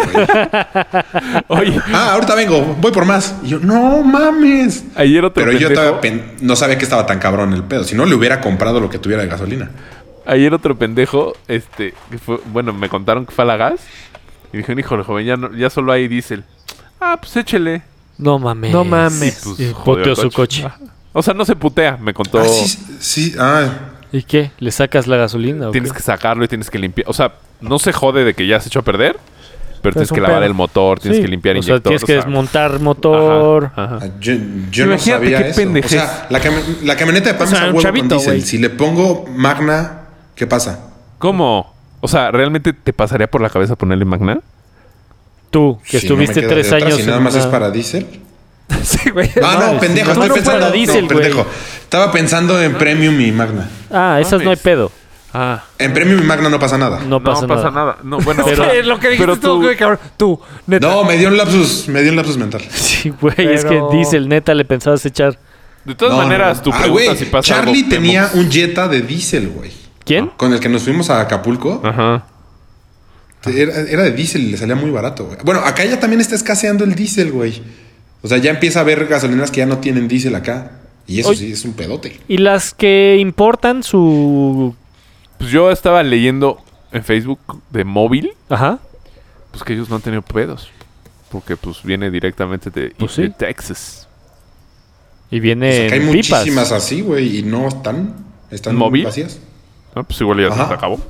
Oye, Ahorita vengo, voy por más. Y yo, no mames. ayer otro Pero yo pendejo... no sabía que estaba tan cabrón el pedo. Si no, le hubiera comprado lo que tuviera de gasolina. Ayer otro pendejo, que fue, bueno, me contaron que fue a la gas. Y dijeron, híjole, joven, ya solo hay diésel. Ah, pues échele. No mames. No mames. Pues, Y jodió boteó el su coche. Ajá. O sea, no se putea, me contó. Ah, sí. Ah, ¿Y qué? ¿Le sacas la gasolina o Tienes qué? que sacarlo y tienes que limpiar. O sea, no se jode de que ya se echó a perder, pero tienes un que lavar pedo. el motor, tienes Sí, que limpiar o sea, inyector. tienes que o sea, desmontar motor. Ajá, ajá. yo no Imagínate sabía qué eso. pendejez. O sea, la camioneta de Pam O sea, es a un huevo chavito, con diésel. güey. Si le pongo Magna, ¿qué pasa? ¿Cómo? O sea, ¿realmente te pasaría por la cabeza ponerle Magna? Tú, que Si no me estuviste queda de 3 otra, años Si nada en más es una- para diésel. sí, güey. No, pendejo, no, estoy no pensando. para diésel, güey. pendejo. Estaba pensando en Premium y Magna. Ah, esas no hay Mames. pedo. Ah, En Premium y Magna no pasa nada. No pasa, nada. No, bueno, Pero- Lo que dijiste pero tú, güey, cabrón. Tú, neta. No, me dio un lapsus mental. Sí, güey, es que Pero- diésel, neta, le pensabas echar... de todas No, maneras, no. tu Ah, pregunta güey, si pasa Charlie algo, tenía vemos. un Jetta de diésel, güey. ¿Quién? Con el que nos fuimos a Acapulco. Ajá. Era de diésel y le salía muy barato, güey. Bueno, acá ya también está escaseando el diésel, güey. O sea, ya empieza a haber gasolineras que ya no tienen diésel acá. Y eso Oye. sí es un pedote. Y las que importan su... Pues yo estaba leyendo en Facebook de móvil, Ajá. pues que ellos no han tenido pedos. Porque pues viene directamente de, Pues de sí. Texas. Y O viene sea, que hay en muchísimas pipas. así, güey, y no están ¿Móvil? vacías. ¿No? Pues igual ya Ajá. se acabó.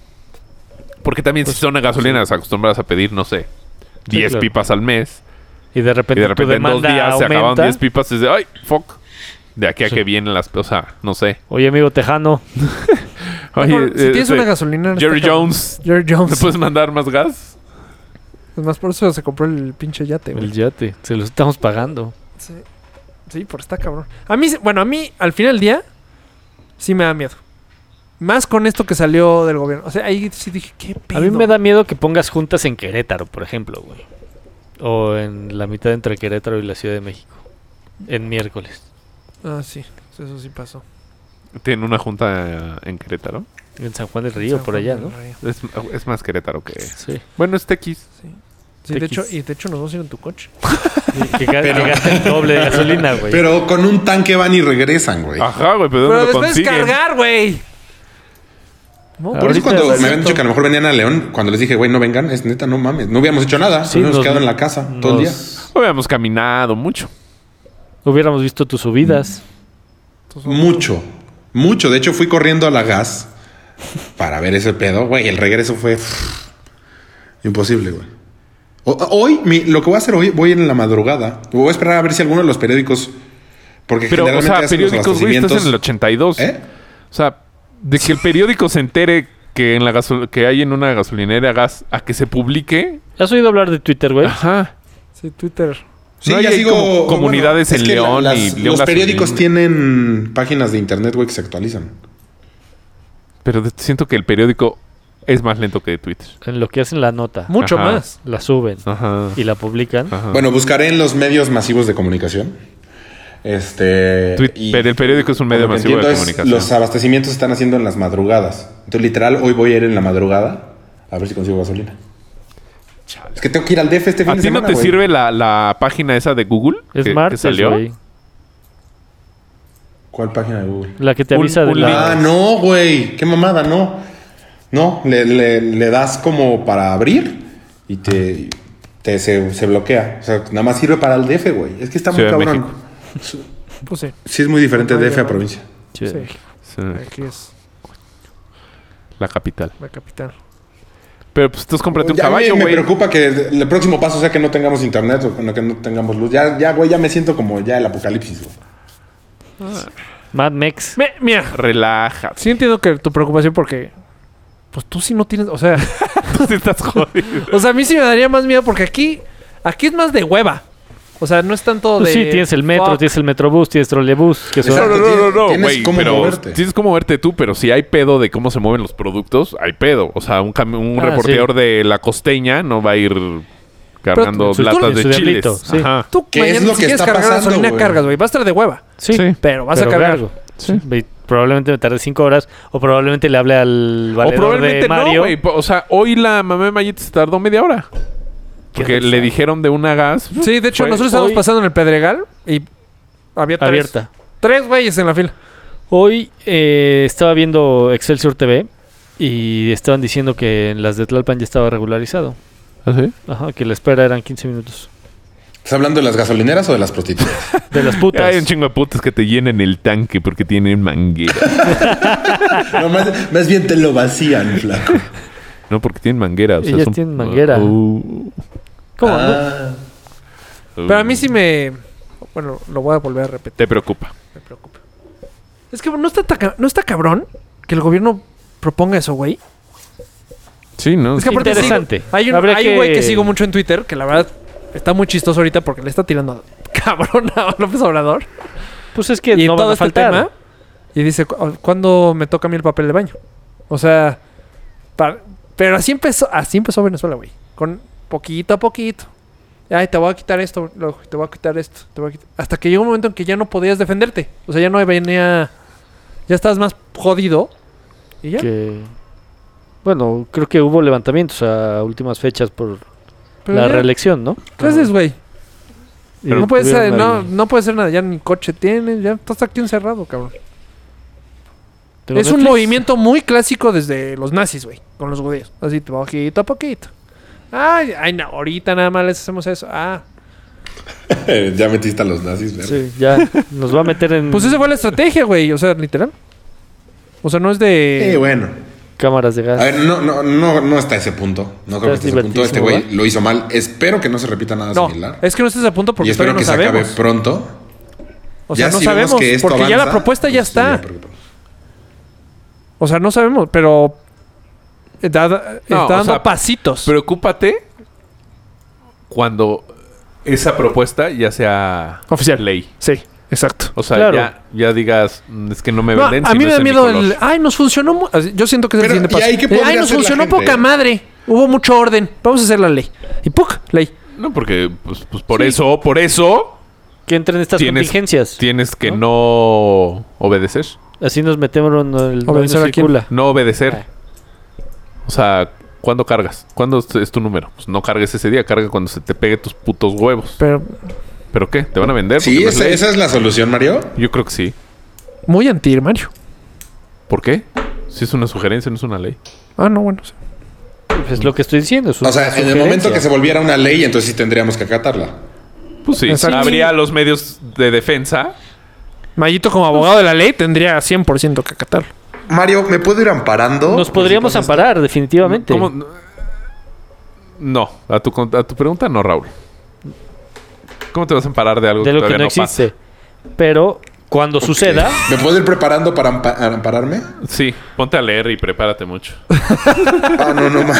Porque también si son gasolinas acostumbradas a pedir, no sé, 10 claro. pipas al mes. Y de Y repente, de repente tu en 2 demanda días se acabaron aumenta. 10 pipas y dices, ¡ay, fuck! De aquí a Sí. que vienen las... O sea, no sé. Oye, amigo tejano, Oye, si tienes una gasolina... Jerry está cabrón. Jones, Jerry ¿me Jones. puedes mandar más gas? Es más, por eso se compró el pinche yate, güey. el yate, se lo estamos pagando. Sí. Sí, por está cabrón. A mí, a mí, al final del día, sí me da miedo. Más con esto que salió del gobierno. O sea, ahí sí dije, ¿qué pedo? A mí me da miedo que pongas juntas en Querétaro, por ejemplo, güey. O en la mitad entre Querétaro y la Ciudad de México. En miércoles. Ah, sí. Eso sí pasó. Tienen una junta en Querétaro. En San Juan del Río, San por Juan allá, del ¿no? Río. Es más Querétaro que... Sí. Bueno, es Tequis. Sí, de Tequis. hecho nos vamos a ir en tu coche. Que gaste el doble de gasolina, güey. Pero con un tanque van y regresan, güey. Ajá, güey, pero Pero ¿dónde lo después consiguen? cargar, güey. No, Por eso Ahorita cuando me exacto. habían dicho que a lo mejor venían a León, cuando les dije, güey, no vengan, es neta, no mames. No hubiéramos hecho nada. Sí, nos hubiéramos nos- quedado en la casa todo el día. Habíamos caminado mucho. Hubiéramos visto tus subidas. Mucho. Mucho. De hecho, fui corriendo a la gas para ver ese pedo. Güey, el regreso fue imposible, güey. Hoy, lo que voy a hacer hoy, voy en la madrugada. Voy a esperar a ver si alguno de los periódicos... Porque Pero, o generalmente sea, hacen los periódicos, güey, estás en el abastecimientos... 82. ¿Eh? O sea, de que el periódico se entere que en la que hay en una gasolinera gas a que se publique. ¿Has oído hablar de Twitter, güey? Ajá. Sí, Twitter. Sí, No, y ya hay sigo... como comunidades en es que León y León los periódicos Gasolina. tienen páginas de internet, güey, que se actualizan. Pero siento que el periódico es más lento que Twitter. En lo que hacen la nota. Mucho Ajá. más. La suben Ajá. y la publican. Ajá. Bueno, buscaré en los medios masivos de comunicación. Pero el periódico es un medio por lo que masivo de entiendo es, comunicación. los abastecimientos se están haciendo en las madrugadas. Entonces, literal, hoy voy a ir en la madrugada a ver si consigo gasolina. Es que tengo que ir al DF este fin ¿A de ti no semana, te güey. sirve la página esa de Google? Es que martes, salió? güey. ¿Cuál página de Google? La que te Un- avisa de un la... link. Ah, no, güey. Qué mamada, no. No, le das como para abrir y se bloquea. O sea, nada más sirve para el DF, güey. Es que está muy Ciudad de cabrón. Pues sí. Sí, es muy diferente DF a provincia. Sí. Sí. Sí, Aquí es la capital. la capital. Pero pues entonces cómprate un Ya caballo, me güey. preocupa que el próximo paso sea que no tengamos internet o que no tengamos luz. Ya, güey, ya me siento como ya el apocalipsis, güey. Mad Mex. Mira, Relájate. sí entiendo que tu preocupación porque... Pues tú sí no tienes... O sea... Tú sí estás jodido. o sea, a mí sí me daría más miedo porque aquí es más de hueva. O sea, no es tanto Pues de... sí, tienes el metro, fuck. tienes el metrobús, tienes trolebús. Que son... Exacto. No, Tienes güey. cómo Pero moverte. tienes cómo moverte tú, pero si hay pedo de cómo se mueven los productos, hay pedo. O sea, un Ah, reporteador de La Costeña no va a ir cargando en su latas de diablito, chiles. sí. Ajá. Tú ¿Qué mañana es lo si que quieres está cargar pasando, gasolina, güey? cargas, güey. Va a estar de hueva. Sí, Pero vas a pero cargar. largo. Sí. Y probablemente me tarde 5 horas o probablemente le hable al O valedor probablemente de Mario. no, güey. O sea, hoy la mamá de Mayet se tardó media hora. Porque le dijeron de una gas. Sí, de hecho, Fue nosotros estábamos hoy- pasando en el Pedregal y había Abierta. 3 güeyes en la fila. Hoy estaba viendo Excelsior TV y estaban diciendo que en las de Tlalpan ya estaba regularizado. ¿Ah, sí? Ajá, que la espera eran 15 minutos. ¿Estás hablando de las gasolineras o de las prostitutas? De las putas. Hay un chingo de putas que te llenan el tanque porque tienen manguera. No, más bien te lo vacían, flaco. No, porque tienen manguera. O sea, Ellas tienen manguera. ¿Cómo? ¿No? Pero a mí sí me... Bueno, lo voy a volver a repetir. Te preocupa. Me preocupa. Es que no está cabrón que el gobierno proponga eso, güey. Sí, ¿no? Es que aparte Interesante. hay un Habría güey que- que sigo mucho en Twitter que la verdad está muy chistoso ahorita porque le está tirando cabrón a López Obrador. Pues es que Y en no todo van a este faltar. tema. Y dice, ¿cuándo me toca a mí el papel de baño? O sea, pero así empezó Venezuela, güey. Con poquito a poquito. Ay, te voy a quitar esto, luego te voy a quitar esto, te voy a quitar... Hasta que llegó un momento en que ya no podías defenderte. O sea, ya no venía... Ya estabas más jodido. Y ya. Que... Bueno, creo que hubo levantamientos a últimas fechas por Pero la ya, reelección, ¿no? ¿qué haces, güey? Y No puede ser, tuvieron no puede ser nada. Ya ni coche tienes, ya estás aquí encerrado, cabrón. Tengo Es un Netflix. movimiento muy clásico desde los nazis, güey. Con los judíos. Así, poquito a poquito. Ay, no, ahorita nada más les hacemos eso. Ah. Ya metiste a los nazis, ¿verdad? Sí, ya. Nos va a meter en... Pues esa fue la estrategia, güey. O sea, literal. O sea, no es de... Bueno. cámaras de gas. A ver, no está a ese punto. No creo que esté a ese punto. Este güey lo hizo mal. Espero que no se repita nada No, similar. es que no estés a punto porque Y espero todavía que no se sabemos. acabe pronto. O sea, Ya no si vemos sabemos que esto porque ya la avanza, propuesta ya pues sí, está. preocupamos. O sea, no sabemos, pero está dando o sea, pasitos. Preocúpate cuando esa propuesta ya sea Oficial. ley. Sí, exacto. O sea, Claro. ya digas, es que no me No, venden. a si mí no me es da en mi miedo color. el... Ay, nos funcionó... Yo siento que es el Pero, siguiente ¿y paso. ahí qué podría Ay, nos hacer la funcionó gente? poca madre. Hubo mucho orden. Vamos a hacer la ley. Y ¡puc! Ley. No, porque pues por eso Que entren estas contingencias. tienes que no obedecer. Así nos metemos en el ¿Obedecer baño a quién? circula. No obedecer. Ah. O sea, ¿cuándo cargas? ¿Cuándo es tu número? Pues no cargues ese día, carga cuando se te pegue tus putos huevos. Pero ¿Pero qué? ¿Te van a vender? Sí, Porque no es ley. esa es la solución, Mario. Yo creo que sí. muy anti-Mario. ¿Por qué? Si es una sugerencia, no es una ley. Ah, no, bueno. Sí. Es lo que estoy diciendo. Es O sea, una en el momento sugerencia. que se volviera una ley, entonces sí tendríamos que acatarla. Pues sí, Exacto. habría los medios de defensa. Mayito como abogado de la ley tendría 100% que acatarlo. Mario, ¿me puedo ir amparando? Nos podríamos amparar, definitivamente. ¿Cómo? No, a tu pregunta no, Raúl. ¿Cómo te vas a amparar de algo De que lo que todavía no existe. Pero cuando suceda, ¿Me puedo ir preparando para ampararme? Sí, ponte a leer y prepárate mucho. Ah, no, ¿Me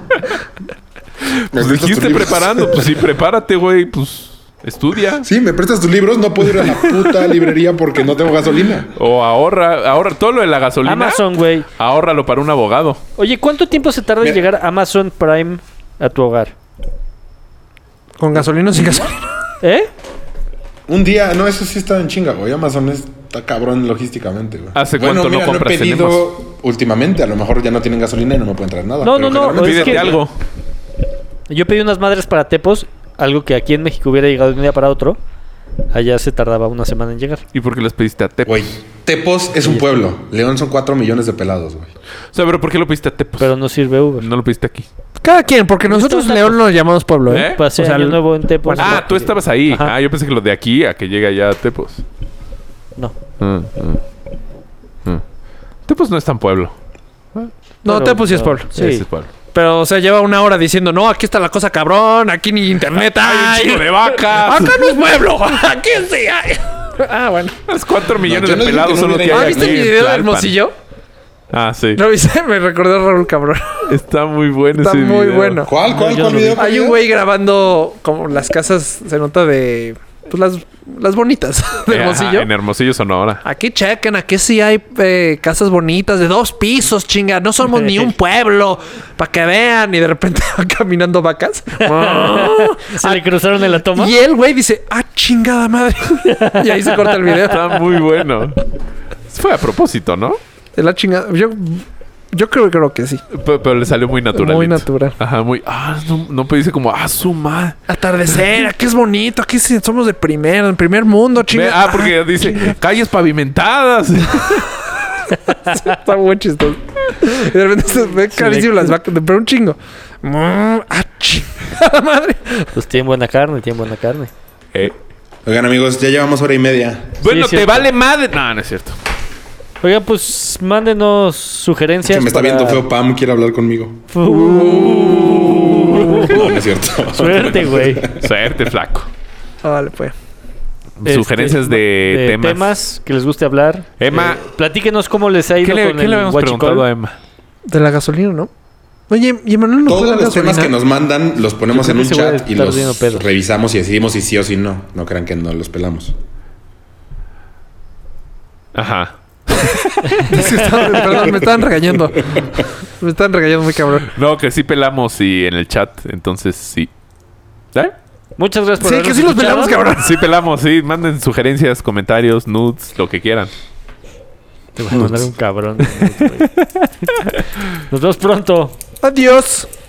Pues prestas tus dijiste libros? preparando, pues sí, prepárate, güey, pues estudia. Sí, me prestas tus libros. No puedo ir a la puta librería porque no tengo gasolina. O ahorra todo lo de la gasolina. Amazon, güey. Ahórralo para un abogado. Oye, ¿cuánto tiempo se tarda en Mira. llegar Amazon Prime a tu hogar? ¿Con gasolina o sin gasolina? ¿Eh? Un día, no, eso sí está en chinga, güey. Amazon está cabrón logísticamente, güey. ¿Hace cuánto no compras he en pedido últimamente. A lo mejor ya no tienen gasolina y no me pueden traer nada. No, pero no, no, generalmente- es Pídete que- algo. Yo pedí unas madres para tepos, algo que aquí en México hubiera llegado de un día para otro. Allá se tardaba una semana en llegar. ¿Y por qué les pediste a Tepos? Güey, Tepos es un pueblo. León son 4 millones de pelados, güey. O sea, pero ¿por qué lo pediste a Tepos? Pero no sirve Uber. No lo pediste aquí. Cada quien, porque nosotros Estos León datos. lo llamamos pueblo, ¿eh? ¿Eh? Pasé O sea, año nuevo en Tepos. Ah, tú estabas ahí. Ajá. Ah, yo pensé que lo de aquí a que llegue allá a Tepos. No. Tepos no es tan pueblo. No, Tepos sí es pueblo. Sí. Sí es pueblo. Pero, o sea, lleva una hora diciendo, no, aquí está la cosa cabrón, aquí ni internet hay. Chingo de vacas. Acá no es pueblo, aquí sí hay. Ah, bueno. Es 4 millones yo no de digo pelados que no son lo que hubiera hay ¿Ah, aquí viste el en video de Tlalpan. Hermosillo? Ah, sí. ¿Lo viste? Me recordó a Raúl Cabrón. Está muy bueno Está ese muy video. bueno. ¿Cuál yo no lo video? vi. Hay un güey grabando como las casas, se nota de... Pues las bonitas de Hermosillo. En Hermosillo, Sonora. Aquí chequen, aquí sí hay casas bonitas de 2 pisos, chinga. No somos ni un pueblo. Para que vean. Y de repente van caminando vacas. ¿Se le cruzaron en la toma? Y el güey dice, ah, chingada madre. Y ahí se corta el video. Está muy bueno. Fue a propósito, ¿no? De la chingada. Yo creo que sí. Pero le salió muy natural. Muy natural. Ajá, muy... Ah, no dice como... Ah, su madre. Atardecer, aquí es bonito. Aquí sí somos de en primer mundo, chingada. Porque dice... Calles pavimentadas. Está muy chistoso. Y de repente se ve carísimo las vacas, pero un chingo. Ah, chingada madre. Pues tienen buena carne, tienen buena carne. Oigan, amigos, ya llevamos hora y media. Bueno, es te cierto. vale madre. No, no es cierto. Oigan, pues mándenos sugerencias. Se me está para- viendo feo Pam, quiere hablar conmigo. No, no es cierto. Suerte, güey. Suerte, flaco. Vale, pues. Sugerencias de temas. que les guste hablar. Emma. Platíquenos cómo les ha ido ¿Qué con le el habíamos Huachicol. preguntado a Emma? De la gasolina, ¿no? Oye, y Emanuel no puede Todos dar los temas gasolina? que nos mandan los ponemos Yo en creo un que ese güey chat y está los viendo pedo. revisamos y decidimos si sí o si no. No crean que no los pelamos. Ajá. Perdón, me estaban regañando. Me estaban regañando muy cabrón. No, que sí pelamos y en el chat. Entonces, sí. ¿Eh? Muchas gracias por Sí, que habernos sí los escuchado. pelamos, cabrón. Sí pelamos, sí. Manden sugerencias, comentarios, nudes, lo que quieran. Te voy a mandar un cabrón. Nos vemos pronto. Adiós.